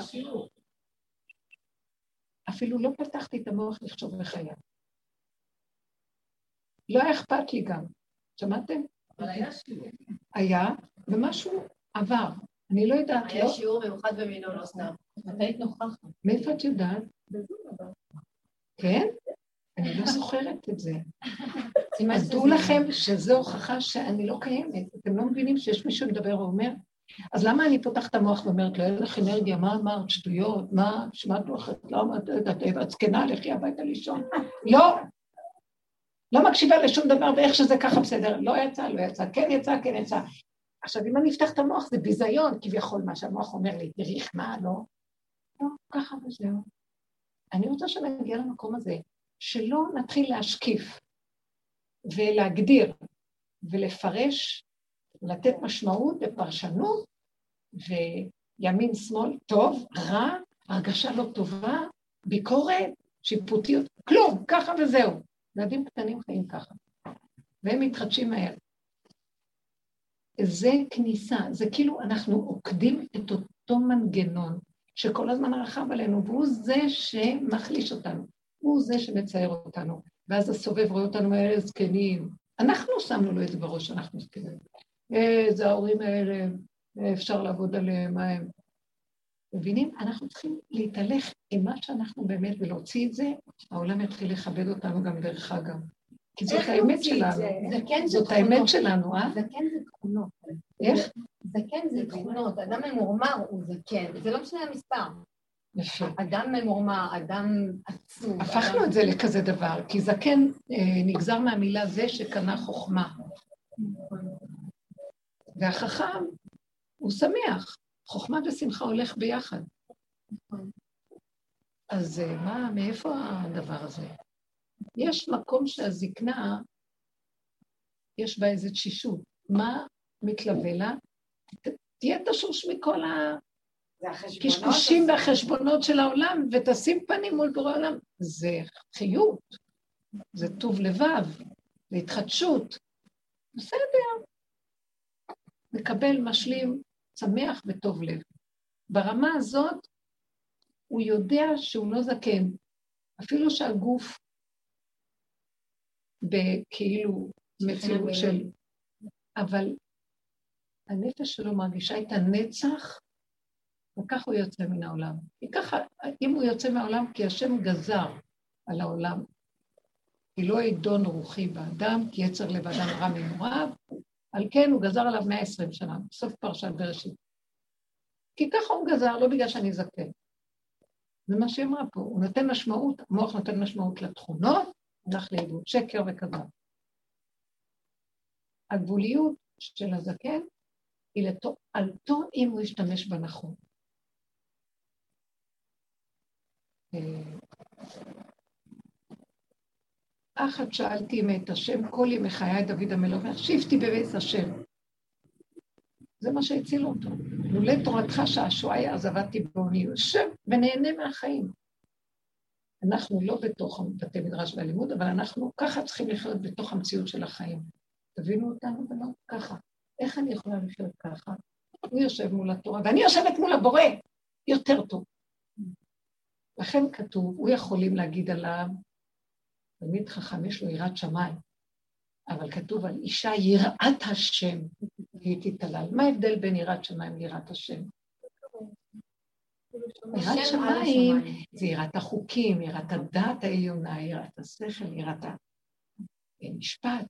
אפילו לא פתחתי את המוח לחשוב לחיה. לא היה אכפת לי גם, שמעתם? אבל היה שיעור. היה, ומשהו עבר. אני לא יודעת, לא... היה שיעור מיוחד במינו, לא סתם. אתה היית נוכחת. מאיפה את יודעת? כן? אני לא זוכרת את זה. אז דעו לכם שזו הוכחה שאני לא קיימת. אתם לא מבינים שיש מישהו מדבר ואומר, אז למה אני פותחת המוח ואומרת, לא, אין לך אנרגיה, מה אמרת, שטויות, מה, שמעת אחת, לא אמרת, את זקנה, לכי הביתה לישון. לא! לא מקשיבה לשום דבר, ואיך שזה ככה בסדר. לא יצא, כן יצא. עכשיו, אם אני אפתח את המוח, זה ביזיון, כביכול מה שהמוח אומר לי, תריך, מה, לא? לא, ככה וזהו. אני רוצה שנגיע למקום הזה, שלא נתחיל להשקיף, ולהגדיר, ולפרש, לתת משמעות ופרשנות, וימין שמאל, טוב, רע, הרגשה לא טובה, ביקורת, שיפוטיות, כלום, ככה וזהו. ילדים קטנים חיים ככה, והם מתחדשים מהר. זה כניסה, זה כאילו אנחנו עוקדים את אותו מנגנון, שכל הזמן הרחב עלינו, והוא זה שמחליש אותנו, הוא זה שמצייר אותנו, ואז הסובב רואה אותנו האלה זקנים. אנחנו שמנו לו את זה בראש, אנחנו זקנים. זה ההורים האלה, אפשר לעבוד עליהם, מה הם? מבינים? אנחנו צריכים להתהלך עם מה שאנחנו באמת, ולהוציא את זה, העולם יתחיל לכבד אותנו גם דרך אגב. כי זאת האמת שלנו. זאת האמת שלנו, אה? זקן זה תכונות. איך? זקן זה תכונות. אדם ממורמר הוא זקן. זה לא משנה המספר. יפה. אדם ממורמר, אדם עצוב. הפכנו את זה לכזה דבר, כי זקן נגזר מהמילה זה שקנה חוכמה. והחכם הוא שמח. חוכמה ושמחה הולך ביחד. אז מה, מאיפה הדבר הזה? יש מקום שהזקנה, יש בה איזו תשישות. מה מתלווה לה? תהיה תשוש מכל הקשקושים והחשבונות של העולם, ותשים פנים מול בורא העולם. זה חיות, זה טוב לבב, להתחדשות. בסדר. מקבל, משלים, שמח וטוב לב. ברמה הזאת, הוא יודע שהוא לא זקן. אפילו שהגוף בכאילו מציאות של... אבל הנפש שלו מרגישה את הנצח, וכך הוא יוצא מן העולם. כי ככה, אם הוא יוצא מהעולם, כי השם גזר על העולם, כי לא ידון רוחי באדם, כי יצר לבדם רע ממוריו, על כן הוא גזר עליו 120 שנה, בסוף פרשת בראשית. כי ככה הוא גזר, לא בגלל שאני זקן. זה מה שהיא אמרה פה, הוא נותן משמעות, המוח נותן משמעות לתכונות, הלך לאיבוד, שקר וכזב. הגבוליות של הזקן היא לתועלתו אם הוא ישתמש בנכון. אחת שאלתי מאת השם, כל ימי חיי דוד המלך, שבתי בבית השם. זה מה שהציל אותו. לולא תורתך שעשועי אז עבדתי בעוני, יושב ונהנה מהחיים. אנחנו לא בתוך בתי מדרש והלימוד, אבל אנחנו ככה צריכים לחיות בתוך המציאות של החיים. תבינו אותנו ולא ככה. איך אני יכולה לחיות ככה? הוא יושב מול התורה, ואני יושבת מול הבורא, יותר טוב. לכן כתוב, הוא יכולים להגיד עליו, תלמיד חכם יש לו יראת שמיים, אבל כתוב על אישה יראת השם, היא תתעלל. מה ההבדל בין יראת שמיים ליראת השם? יראת שמיים זה יראת החוקים, יראת הדעת העליונה, יראת השכל, יראת המשפט.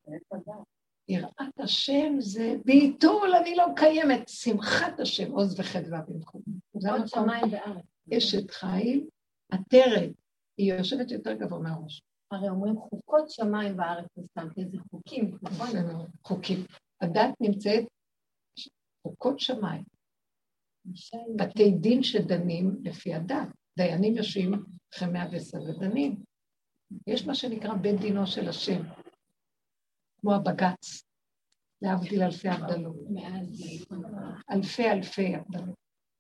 יראת השם זה ביטול, אני לא קיימת, שמחת השם, עוז וחדווה במקום. עוד שמיים וארץ. אשת חיל, עטרת, היא יושבת יותר גבוה מהראש. הרי אומרים חוקות שמיים וארץ מסתם, כי זה חוקים, נכון? חוקים. הדת נמצאת חוקות שמיים. בתי דין שדנים לפי הדת. דיינים יושבים אחרי 110 ודנים. יש מה שנקרא בית דינו של השם, כמו הבגץ, להבדיל אלפי הבדלות. אלפי הבדלות.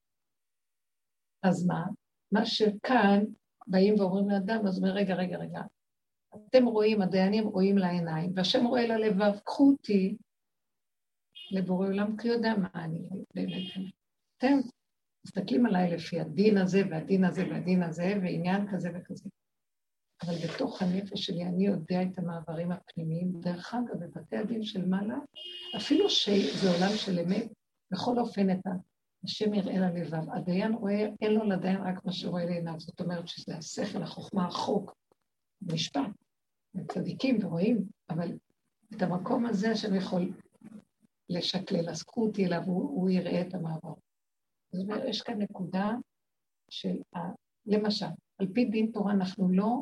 אז מה שכאן באים ואומרים לאדם, אז אומר, רגע. אתם רואים, הדיינים רואים לעיניים, והשם רואה ללבב, קחו אותי לבורא עולם, כי יודע מה אני באמת. אתם מסתכלים עליי לפי הדין הזה, והדין הזה, והדין הזה, ועניין כזה וכזה. אבל בתוך הנפש שלי אני יודע את המעברים הפנימיים, דרך אגב, בבתי הדין של מעלה, אפילו שזה עולם של אמת, בכל אופן את השם יראה ללבב. הדיין רואה, אין לו לדיין רק מה שרואה לעיניו, זאת אומרת שזה השכל, החוכמה, החוק, המשפט. צדיקים ורואים, אבל את המקום הזה השם יכול לשקלל, עסקו אותי אליו, הוא יראה את המעבר. זאת אומרת, יש כאן נקודה של, למשל, על פי דין תורה אנחנו לא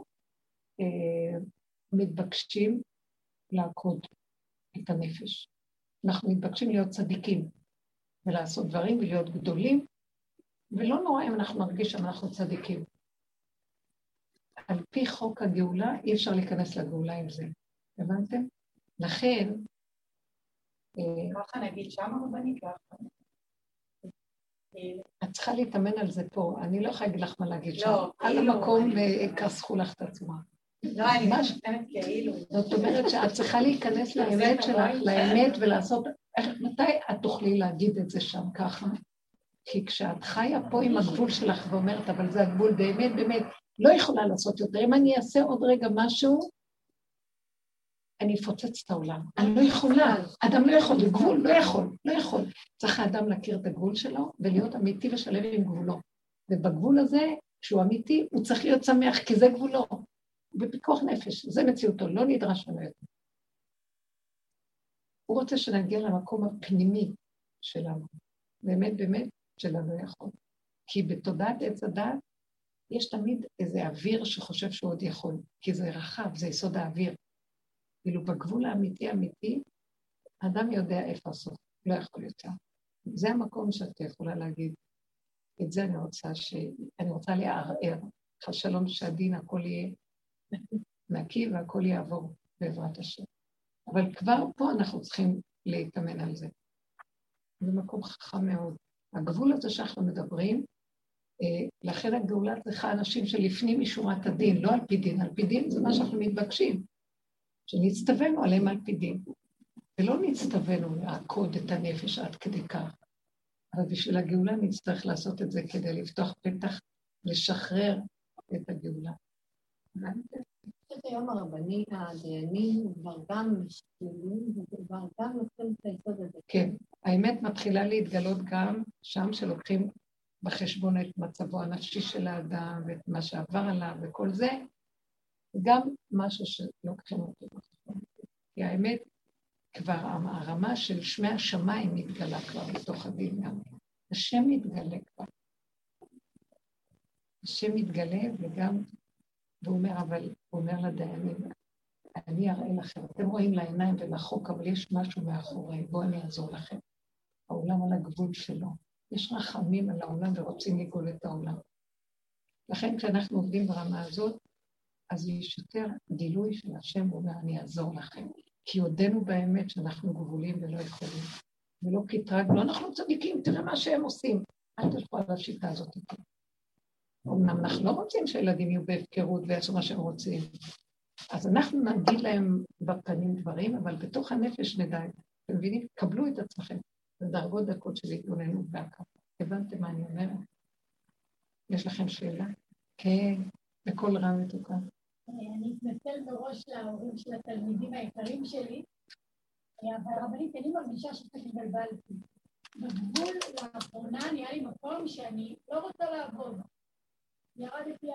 מתבקשים לעקוד את הנפש. אנחנו מתבקשים להיות צדיקים, ולעשות דברים ולהיות גדולים, ולא נורא אם אנחנו נרגיש שאנחנו צדיקים. על פי חוק הגאולה, אי אפשר להיכנס לגאולה עם זה. הבנתם? לכן... ככה נגיד שם הרבנית, ככה. את צריכה להתאמן על זה פה. אני לא יכולה להגיד לך מה להגיד שם. על המקום וכסחו לך את עצמה. לא, אני משתמת כאילו. זאת אומרת שאת צריכה להיכנס לאמת שלך, לאמת ולעשות... מתי את תוכלי להגיד את זה שם ככה? כי כשאת חיה פה עם הגבול שלך ואומרת, אבל זה הגבול באמת, לא יכולה לעשות יותר. אם אני אעשה עוד רגע משהו, אני אפוצץ את העולם. אני לא יכולה. אדם לא יכול, גבול לא יכול. צריך האדם להכיר את הגבול שלו, ולהיות אמיתי ושלב עם גבולו. ובגבול הזה, שהוא אמיתי, הוא צריך להיות שמח, כי זה גבולו. בפיקוח נפש, זה מציאותו, לא נדרש לנו יותר. הוא רוצה שנגיע למקום הפנימי שלנו. באמת שלנו יכול. כי בתודעת עץ הדת, יש תמיד איזה אוויר שחושב שהוא עוד יכול, כי זה רחב, זה יסוד האוויר. כאילו בגבול האמיתי, האדם יודע איפה הסוף, לא יכול יותר. זה המקום שאת יכולה להגיד, את זה אני רוצה לערער, חשלום שהדין הכל יהיה נקי והכל יעבור בעזרת השם. אבל כבר פה אנחנו צריכים להתאמן על זה. זה מקום חכם מאוד. הגבול הזה שאנחנו מדברים, לכן הגאולה צריכה אנשים שלפנים משורת הדין, לא על פי דין, על פי דין זה מה שאנחנו מתבקשים. שנצטווינו עליהם על פי דין. ולא נצטווינו לעקוד את הנפש עד כדי כך. אבל בשביל הגאולה נצטרך לעשות את זה כדי לפתוח פתח, לשחרר את הגאולה. היום הרבנים, הדיינים, כבר גם משתלמים, וכבר גם נותנים את היסוד הזה. כן, האמת מתחילה להתגלות גם שם שלוקחים בחשבון את מצבו הנפשי של האדם, ואת מה שעבר עליו וכל זה, גם משהו שלוקחים אותו בחשבון. כי האמת, כבר הרמה של שמי השמיים מתגלה כבר בתוך הדין גם. השם מתגלה כבר. השם מתגלה וגם, והוא אומר, אבל הוא אומר לדיינים, אני אראה לכם, אתם רואים לעיניים ולחוק, אבל יש משהו מאחורי, בואו אני אעזור לכם. העולם על הגבול שלו. יש רחמים על העולם ורוצים לגאול את העולם. לכן כשאנחנו עובדים ברמה הזאת, אז יש יותר גילוי של השם, הוא אומר, אני אעזור לכם. כי יודענו באמת שאנחנו גבולים ולא יכולים. ולא קטרג, לא אנחנו צדיקים, תראה מה שהם עושים. אל תלכו על השיטה הזאת איתי. אמנם אנחנו לא רוצים שהילדים יהיו בהפקרות ויעשו מה שהם רוצים. אז אנחנו נגיד להם בפנים דברים, אבל בתוך הנפש נדע. אתם מבינים? קבלו את עצמכם. זה דרגות דקות של התגוננות והקו. הבנתם מה אני אומרת? יש לכם שאלה? כן, בכל רם ותוקה. אני אתנצל מראש להורים של התלמידים היקרים שלי, אבל רבנית, אני מרגישה שקצת התבלבלתי. בגבול לאחרונה נהיה לי מקום שאני לא רוצה לעבוד. ירדתי,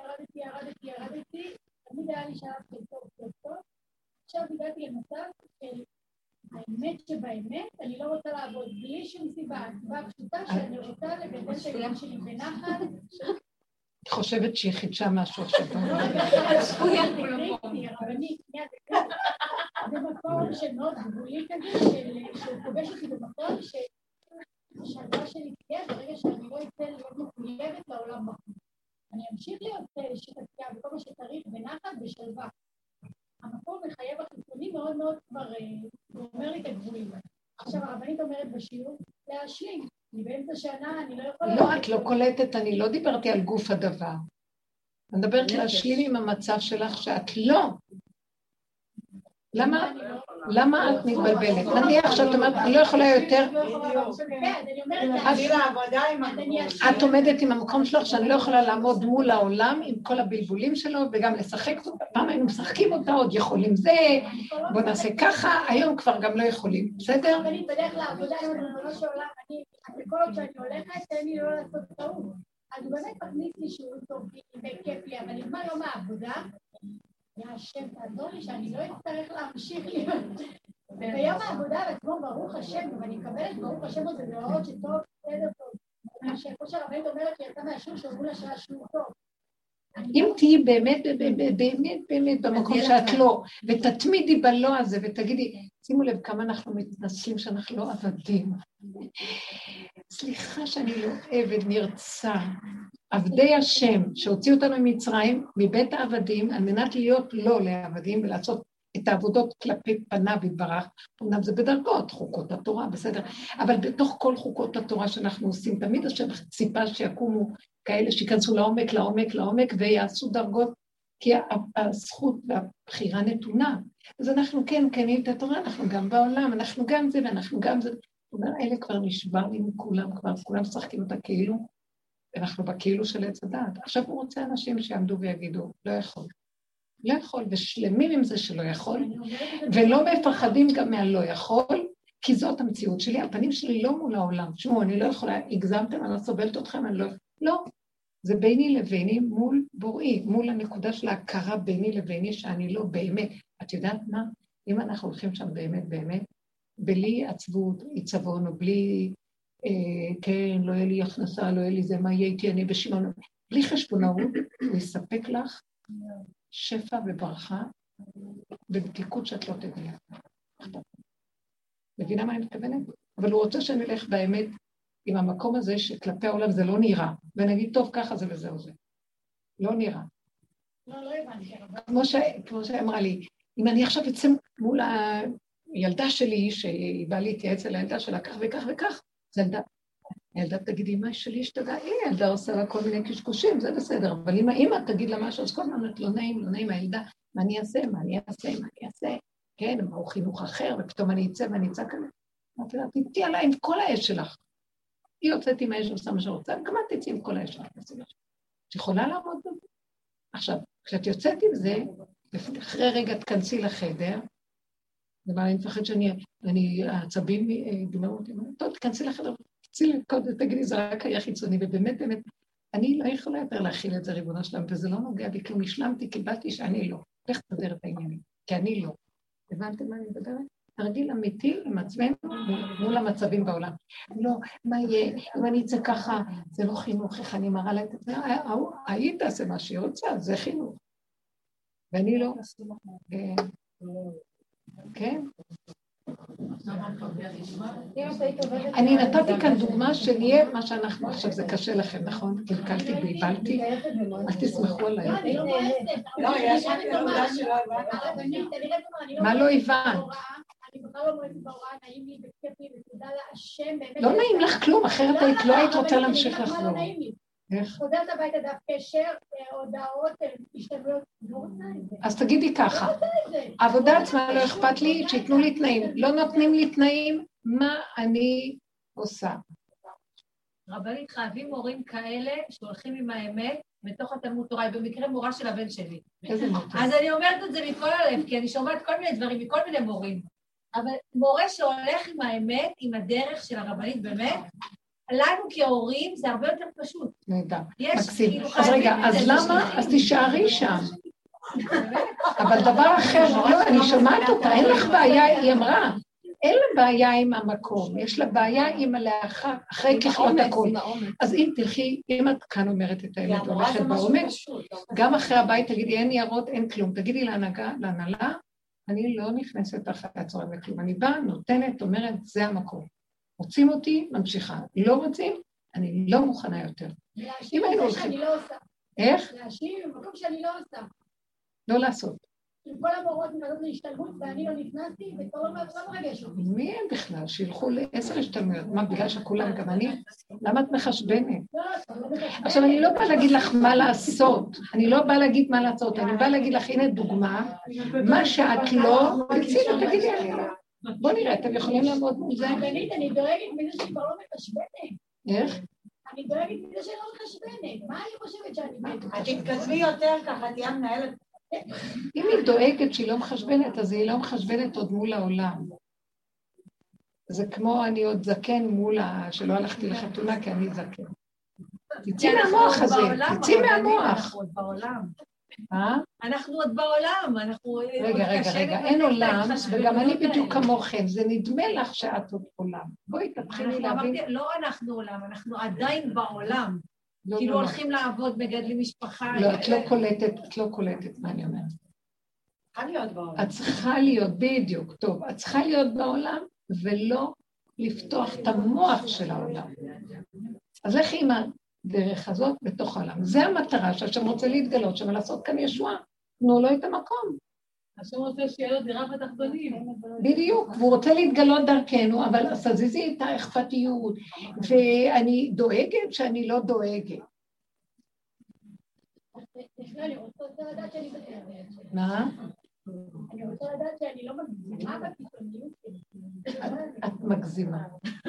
תמיד היה לי שעה של טוב. עכשיו הגעתי למצב של האמת שבאמת, אני לא רוצה לעבוד בלי שום סיבה. הסיבה פשוטה שאני רוצה לגדל את הילדים שלי בנחל. את חושבת שהיא חידשה משהו עכשיו. זה מקום שמאוד גבולי כזה, שפוגש אותי במקום שהשאלה שלי תהיה ברגע שאני לא אצא להיות מחויבת לעולם בחוץ. אני אמשיך להיות שתתקיע בכל מה שצריך בנחת בשלווה. המקום מחייב החיצוני מאוד מאוד כבר אומר לי את הגבולים. עכשיו הרבנית אומרת בשיעור להשלים. אני באמצע שנה, אני לא יכולה... לא, את לא קולטת, אני לא דיברתי על גוף הדבר. אני מדברת להשלים עם המצב שלך שאת לא. למה את מתבלבלת? נניח שאת אומרת, אני לא יכולה יותר... את עומדת עם המקום שלך שאני לא יכולה לעמוד מול העולם עם כל הבלבולים שלו וגם לשחק אותה. פעם היינו משחקים אותה, עוד יכולים זה, בוא נעשה ככה, היום כבר גם לא יכולים, בסדר? אני בדרך לעבודה, אני לא שעולה, בכל עוד שאני הולכת, תן לי לא לעשות טעות. אז הוא באמת מכניס לי שהוא טוב וכיף לי, אבל נגמר יום העבודה, השם תעזור לי שאני לא אצטרך להמשיך להיות. ביום העבודה עצמו ברוך השם, ואני מקבלת ברוך השם הזה מאוד שטוב, בסדר טוב. כמו שהרבנית אומרת לי, יצא מהשיעור שאומרו לה שהשיעור טוב. אם תהיי באמת במקום שאת לא, ותתמידי בלא הזה, ותגידי, שימו לב כמה אנחנו מתנסים שאנחנו לא עבדים. סליחה שאני לא עבד נרצה. עבדי השם שהוציאו אותנו ממצרים, מבית העבדים, על מנת להיות לא לעבדים ולעשות את העבודות כלפי פניו יתברך. אמנם זה בדרגות, חוקות התורה, בסדר. אבל בתוך כל חוקות התורה שאנחנו עושים, תמיד השם ציפה שיקומו כאלה שיכנסו לעומק ויעשו דרגות, כי הזכות והבחירה נתונה. אז אנחנו כן, את התורה, אנחנו גם בעולם, אנחנו גם זה ואנחנו גם זה. זאת אומרת, אלה כבר נשבר לי מכולם, כולם משחקים אותה כאילו, ואנחנו בכאילו של עץ הדעת. עכשיו הוא רוצה אנשים שיעמדו ויגידו, לא יכול, ושלמים עם זה שלא יכול, ולא מפחדים גם מהלא יכול, כי זאת המציאות שלי, הפנים שלי לא מול העולם. תשמעו, אני לא יכולה, הגזמתם, אני לא סובלת אתכם, אני לא. זה ביני לביני מול בוראי, מול הנקודה של ההכרה ביני לביני שאני לא באמת. את יודעת מה? אם אנחנו הולכים שם באמת, בלי עצבות, עיצבון, או בלי, כן, לא יהיה לי הכנסה, לא יהיה לי זה, מה יהיה איתי, אני בשימון, בלי חשבונאות, הוא יספק לך שפע וברכה, ובתיקות שאת לא תדעי. מבינה מה אני מתכוונת? אבל הוא רוצה שאני אלך באמת עם המקום הזה שכלפי העולם זה לא נראה, ונגיד, טוב, ככה זה וזהו זה. לא נראה. לא הבנתי. כמו שאמרה לי, אם אני עכשיו אצא מול הילדה שלי, שהיא באה להתייעץ על הילדה שלה, כך וכך וכך, זה הילדה תגידי, מה שלי שתדע, הילדה עושה לה כל מיני קשקושים, זה בסדר, אבל אם האמא תגיד לה משהו, אז כל הזמן את לא נעים, הילדה, מה אני אעשה? כן, הוא חינוך אחר, ופתאום אני אצא ואני אצא כאן. אמרתי לה, תצאי עליי עם כל האש שלך. היא יוצאת עם האש ועושה מה שרוצה, גם את תצאי עם כל האש שלך. את יכולה לעמוד בזה? עכשיו, כשאת יוצאת עם זה, אחרי רגע תכנסי לחדר, דבר, אני מפחד העצבים יגמרו אותי, טוב, תכנסי לחדר, תגידי, זה רק היה חיצוני, ובאמת, באמת, אני לא יכולה יותר להכיל את זה, ריבונו שלם, וזה לא נוגע בי, כלום השלמתי, קיבלתי שאני לא. איך תסדר את העניינים? כי אני לא. הבנתם מה אני מדברת? תרגיל אמיתי עם עצמנו מול המצבים בעולם. לא, מה יהיה? אם אני אצא ככה, זה לא חינוך, איך אני מראה לה את זה? היא תעשה מה שהיא רוצה, זה חינוך. ואני לא. כן? אני נתתי כאן דוגמה שנהיה מה שאנחנו עכשיו, זה קשה לכם, נכון? קלקלתי, בלבלתי, אל תסמכו עליי. לא, יש רק נקודה שלא הבנת. מה לא הבנת? אני בכלל לא אומרת בהוראה, נעים לי וכיף לי ותודה להשם באמת. לא נעים לך כלום, אחרת היית לא היית רוצה להמשיך לחזור. איך? חוזרת הביתה דף קשר, הודעות, השתלמויות, לא רוצה את זה. אז תגידי ככה, העבודה עצמה לא אכפת לי, שיתנו לי תנאים. לא נותנים לי תנאים, מה אני עושה? רבנית, חייבים מורים כאלה שהולכים עם האמת בתוך התלמוד תורה, היא במקרה מורה של הבן שלי. איזה מורה? אז אני אומרת את זה מכל הלב, כי אני שומעת כל מיני דברים מכל מיני מורים. אבל מורה שהולך עם האמת, עם הדרך של הרבנית באמת, לנו כהורים זה הרבה יותר פשוט. נהדר, מקסים. אז רגע, אז למה? אז תישארי שם. אבל דבר אחר, לא, אני שומעת אותה, אין לך בעיה, היא אמרה, אין לה בעיה עם המקום, יש לה בעיה עם הלאחר, אחרי ככלות הכל. אז אם תלכי, אם את כאן אומרת את האמת, הולכת בעומק, גם אחרי הבית תגידי, אין ניירות, אין כלום. תגידי להנהלה, אני לא נכנסת אחרי הצהריים לכלום. אני באה, נותנת, אומרת, זה המקום. רוצים אותי, ממשיכה. לא רוצים, אני לא מוכנה יותר. להאשים את זה שאני לא עושה. איך? להאשים במקום שאני לא עושה. לא לעשות. עם כל המורות מנהלות להשתלמות, ואני לא נכנסתי, וכל לא מרגש אותי. מי הם בכלל? שילכו ל10 השתלמויות. מה, בגלל שכולם גם אני? למה את מחשבנת? עכשיו, אני לא באה להגיד לך מה לעשות. אני לא באה להגיד מה לעשות. אני באה להגיד לך, הנה דוגמה, מה שאת לא, תצילה, תגידי, אני לא. בוא נראה, אתם יכולים לעמוד מול זה? אני דואגת מזה שהיא כבר לא מחשבנת. איך? אני דואגת מזה שהיא לא מחשבנת. מה אני חושבת שאני בטח? את תתכתבי יותר ככה, תהיה מנהלת. אם היא דואגת שהיא לא מחשבנת, אז היא לא מחשבנת עוד מול העולם. זה כמו אני עוד זקן מול שלא הלכתי לחתונה כי אני זקן. תצאי מהמוח הזה, תצאי מהמוח. אנחנו עוד בעולם, אנחנו... רגע, אין עולם, וגם אני בדיוק כמוכם, זה נדמה לך שאת עוד עולם. בואי תתחילי להבין. לא אנחנו עולם, אנחנו עדיין בעולם. כאילו הולכים לעבוד, מגדלים משפחה. לא, את לא קולטת מה אני אומרת. צריכה להיות בעולם. את צריכה להיות, בדיוק, טוב, את צריכה להיות בעולם ולא לפתוח את המוח של העולם. אז לכי עם הדרך הזאת בתוך העולם. זה המטרה שהשם רוצה להתגלות, שם לעשות כאן ישועה. תנו לו את המקום. השם רוצה שיהיה לו דירה בתחתונים. בדיוק, והוא רוצה להתגלות דרכנו, אבל תזיזי את האכפתיות, ואני דואגת שאני לא דואגת. אני רוצה לדעת שאני בטח. מה? אני רוצה לדעת שאני לא מגזימה בקיצוניות. את מגזימה.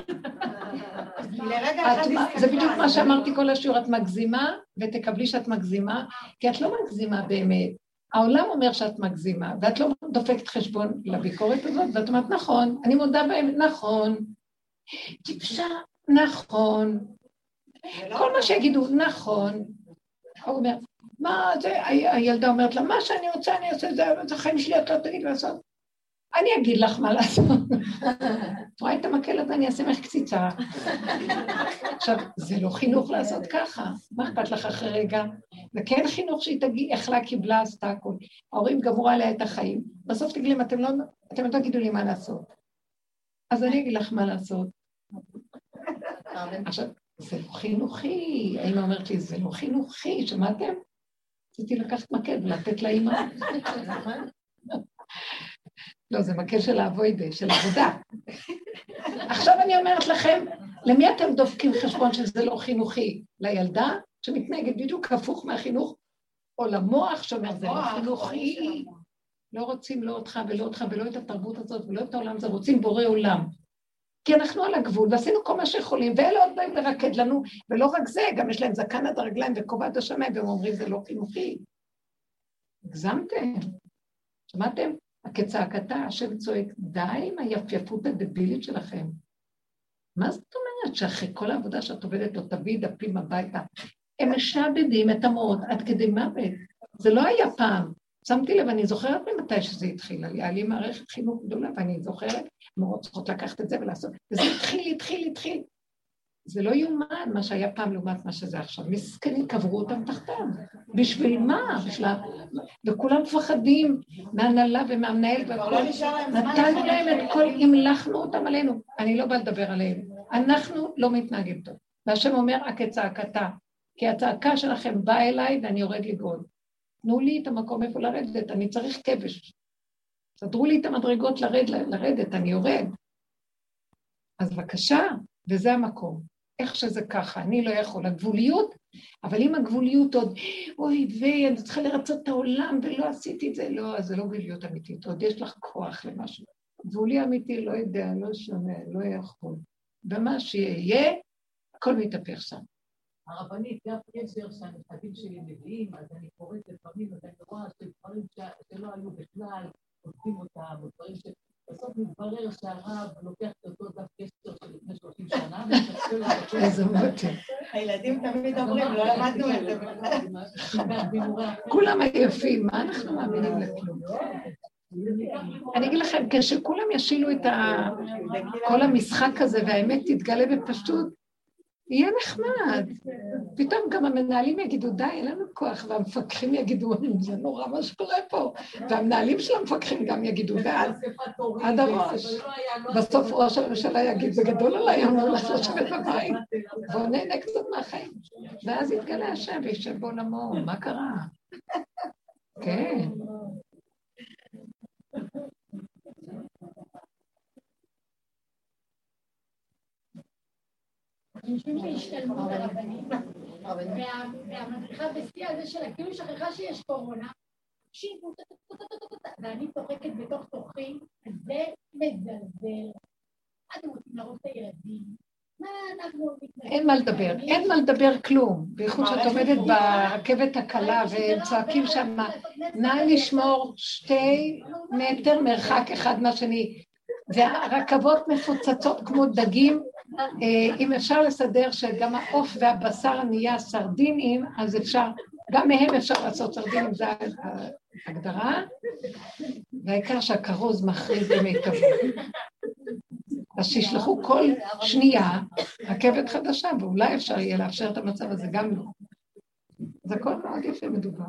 לרגע אחד זה בדיוק מה שאמרתי כל השיעור, את מגזימה, ותקבלי שאת מגזימה, כי את לא מגזימה באמת. העולם אומר שאת מגזימה, ואת לא דופקת חשבון לביקורת הזאת, ואת אומרת, נכון, אני מודה בהם, נכון, טיפשה, נכון, כל מה שיגידו, נכון, הוא אומר, מה זה, הילדה אומרת לה, מה שאני רוצה, אני עושה זה החיים שלי, את לא תגיד לעשות. אני אגיד לך מה לעשות. את רואה את המקל הזה, אני אעשה ממך קציצה. עכשיו, זה לא חינוך לעשות ככה. מה אכפת לך אחרי רגע? זה כן חינוך שהיא תגיד, אכלה, קיבלה, עשתה הכל. ההורים גמרו עליה את החיים. בסוף תגידו, אתם לא תגידו לי מה לעשות. אז אני אגיד לך מה לעשות. עכשיו, זה לא חינוכי. האמא אומרת לי, זה לא חינוכי, שמעתם? רציתי לקחת מקל ולתת לאמא. לא, זה מקל של העבודה, של עבודה. עכשיו אני אומרת לכם, למי אתם דופקים חשבון שזה לא חינוכי? לילדה שמתנהגת בדיוק הפוך מהחינוך, או למוח שאומר זה לא חינוכי? לא רוצים לא אותך ולא אותך ולא את התרבות הזאת ולא את העולם הזה, רוצים בורא עולם. כי אנחנו על הגבול ועשינו כל מה שיכולים, ואלה עוד באים לרקד לנו, ולא רק זה, גם יש להם זקן עד הרגליים וכובע עד השמיים, והם אומרים זה לא חינוכי. הגזמתם. שמעתם? כצעקתה, השם צועק, די עם היפייפות הדבילית שלכם. מה זאת אומרת שאחרי כל העבודה שאת עובדת או תביא דפים הביתה, הם משעבדים את המורות עד כדי מוות. זה לא היה פעם. שמתי לב, אני זוכרת ממתי שזה התחיל, היה לי מערכת חינוך גדולה, ואני זוכרת, מורות צריכות לקחת את זה ולעשות, וזה התחיל. זה לא יומן מה שהיה פעם לעומת מה שזה עכשיו. מסכנים, קברו אותם תחתם. בשביל מה? וכולם מפחדים מהנהלה ומהמנהל, נתנו להם את כל, המלכנו אותם עלינו. אני לא באה לדבר עליהם. אנחנו לא מתנהגים טוב. והשם אומר, כצעקתה, כי הצעקה שלכם באה אליי ואני יורד לגאול. תנו לי את המקום איפה לרדת, אני צריך כבש. סדרו לי את המדרגות לרדת, אני יורד. אז בבקשה, וזה המקום. איך שזה ככה, אני לא יכול. הגבוליות, אבל אם הגבוליות עוד, אוי ואני צריכה לרצות את העולם ולא עשיתי את זה, לא, אז זה לא גבוליות אמיתית, עוד יש לך כוח למשהו. גבולי אמיתי לא יודע, לא שונה, לא יכול. במה שיהיה, הכל מתהפך שם. הרבנית, גם קשר שהנכדים שלי מביאים, אז אני קוראת לפעמים, אז אני רואה שדברים שלא היו בכלל, עושים אותם, דברים שבסוף מתברר שהרב לוקח את אותו דף קשר של לפני 30 שנה, איזה מוטי. הילדים תמיד אומרים, לא למדנו את זה. כולם עייפים, מה אנחנו מאמינים לכלום? אני אגיד לכם, כשכולם ישילו את כל המשחק הזה, והאמת תתגלה בפשטות, יהיה נחמד. פתאום גם המנהלים יגידו, די, אין לנו כוח, והמפקחים יגידו, זה נורא מה שקורה פה. והמנהלים של המפקחים גם יגידו, עד הראש. בסוף ראש הממשלה יגיד, בגדול עליי, אמור לעשות שבת בבית. בואו נהנה קצת מהחיים. ואז יתגלה השם, וישב בו למור, מה קרה? כן. אנשים שהשתלמו ברבנים, והמדריכה בשיא הזה שלה, כאילו שכחה שיש קורונה, ואני צוחקת בתוך תוכי, זה מזלזל. אתם רוצים להרוג את הילדים? מה אנחנו מתנגדים? אין מה לדבר כלום. בייחוד שאת עומדת ברכבת הקלה והם צועקים שם, נא לשמור 2 מטר מרחק אחד מהשני. והרכבות מפוצצות כמו דגים, אם אפשר לסדר שגם העוף והבשר נהיה סרדינים, אז אפשר, גם מהם אפשר לעשות סרדינים, זה ההגדרה, והעיקר שהכרוז מכריז במיטבו. אז שישלחו כל שנייה רכבת חדשה, ואולי אפשר יהיה לאפשר את המצב הזה, גם לא. זה הכל מאוד יפה מדובר.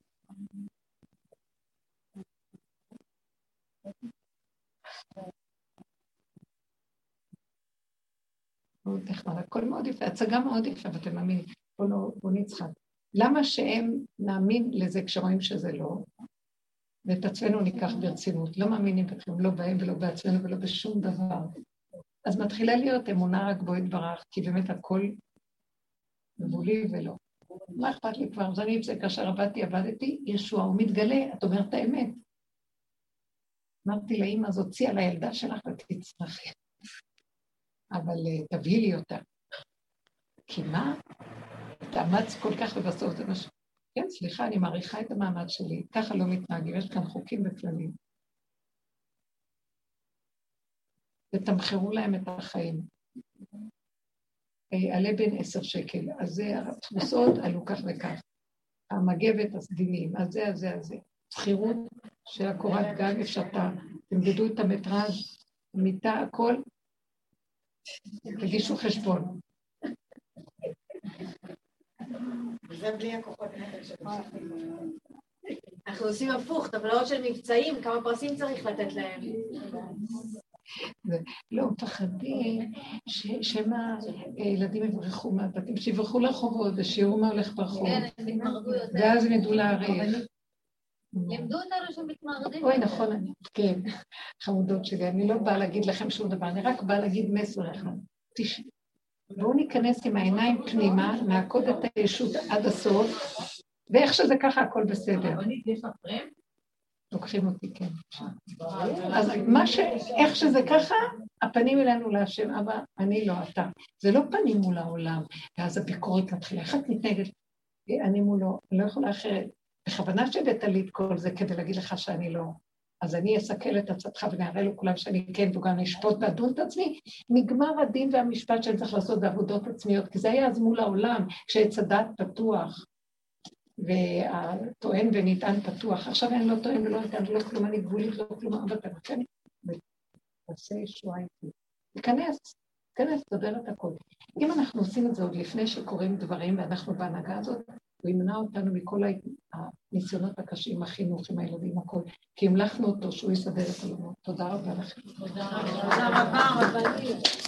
מאוד נחמד, הכל מאוד יפה, הצגה מאוד יפה, ואתם מאמינים, בוא נצחק. למה שהם נאמין לזה כשרואים שזה לא? ואת עצמנו ניקח ברצינות, לא מאמינים בכלום, לא בהם ולא בעצמנו ולא בשום דבר. אז מתחילה להיות אמונה רק בו יתברך, כי באמת הכל גבולי ולא. מה אכפת לי כבר? אז אני אצא, כאשר עבדתי, ישוע, הוא מתגלה, את אומרת את האמת. אמרתי לאמא, אז הוציאה לילדה שלך ותצטרכי. אבל תביאי לי אותה. כי מה? תאמץ כל כך ובסוף זה משהו. כן, סליחה, אני מעריכה את המעמד שלי. ככה לא מתנהגים, יש כאן חוקים וכללים. ותמחרו להם את החיים. עלה בין 10 שקל. אז זה התפוסות עלו כך וכך. המגבת, הסדינים, אז זה. שכירות של הקורת גג אפשרתה. תמדדו את המטראז', מיטה, הכל. תגישו חשבון. וזה בלי הכוחות נפש שלך. אנחנו עושים הפוך, טבלאות של מבצעים, כמה פרסים צריך לתת להם. לא, מפחדים שמה ילדים יברחו מהבתים, שיברחו לרחובות ושיראו מה הולך ברחוב. ואז הם ידעו להעריך. לימדו אותנו שמתמרדים. אוי, נכון, כן, חמודות שלי, אני לא באה להגיד לכם שום דבר, אני רק באה להגיד מסר אחד. בואו ניכנס עם העיניים פנימה, נעקוד את הישות עד הסוף, ואיך שזה ככה הכל בסדר. רבנית, יש לך פרם? לוקחים אותי, כן. אז איך שזה ככה, הפנים אלינו להשם, אבא, אני לא אתה. זה לא פנים מול העולם, ואז הביקורת מתחילה. איך את מתנגדת? אני מולו, אני לא יכולה אחרת. בכוונה שהבאת לי את כל זה כדי להגיד לך שאני לא. אז אני אסכל את עצתך ונערה לו כולם שאני כן, וגם נשפוט ואדון את עצמי. נגמר הדין והמשפט שאני צריך לעשות בעבודות עצמיות, כי זה היה אז מול העולם, כשעץ הדת פתוח. והטוען ונטען פתוח. עכשיו אני לא טוען ולא נטען ולא כלום, אני גבולית, לא כלום, אבל אתה נותן לי. ועושה ישועה איתי. תיכנס, תדבר את הכל. אם אנחנו עושים את זה עוד לפני שקוראים דברים, ואנחנו בהנהגה הזאת, הוא ימנע אותנו מכל הניסיונות הקשים, החינוך עם הילדים, הכל. כי המלכנו אותו שהוא יסדר את הלמות. תודה רבה לכם. תודה רבה, רבנית.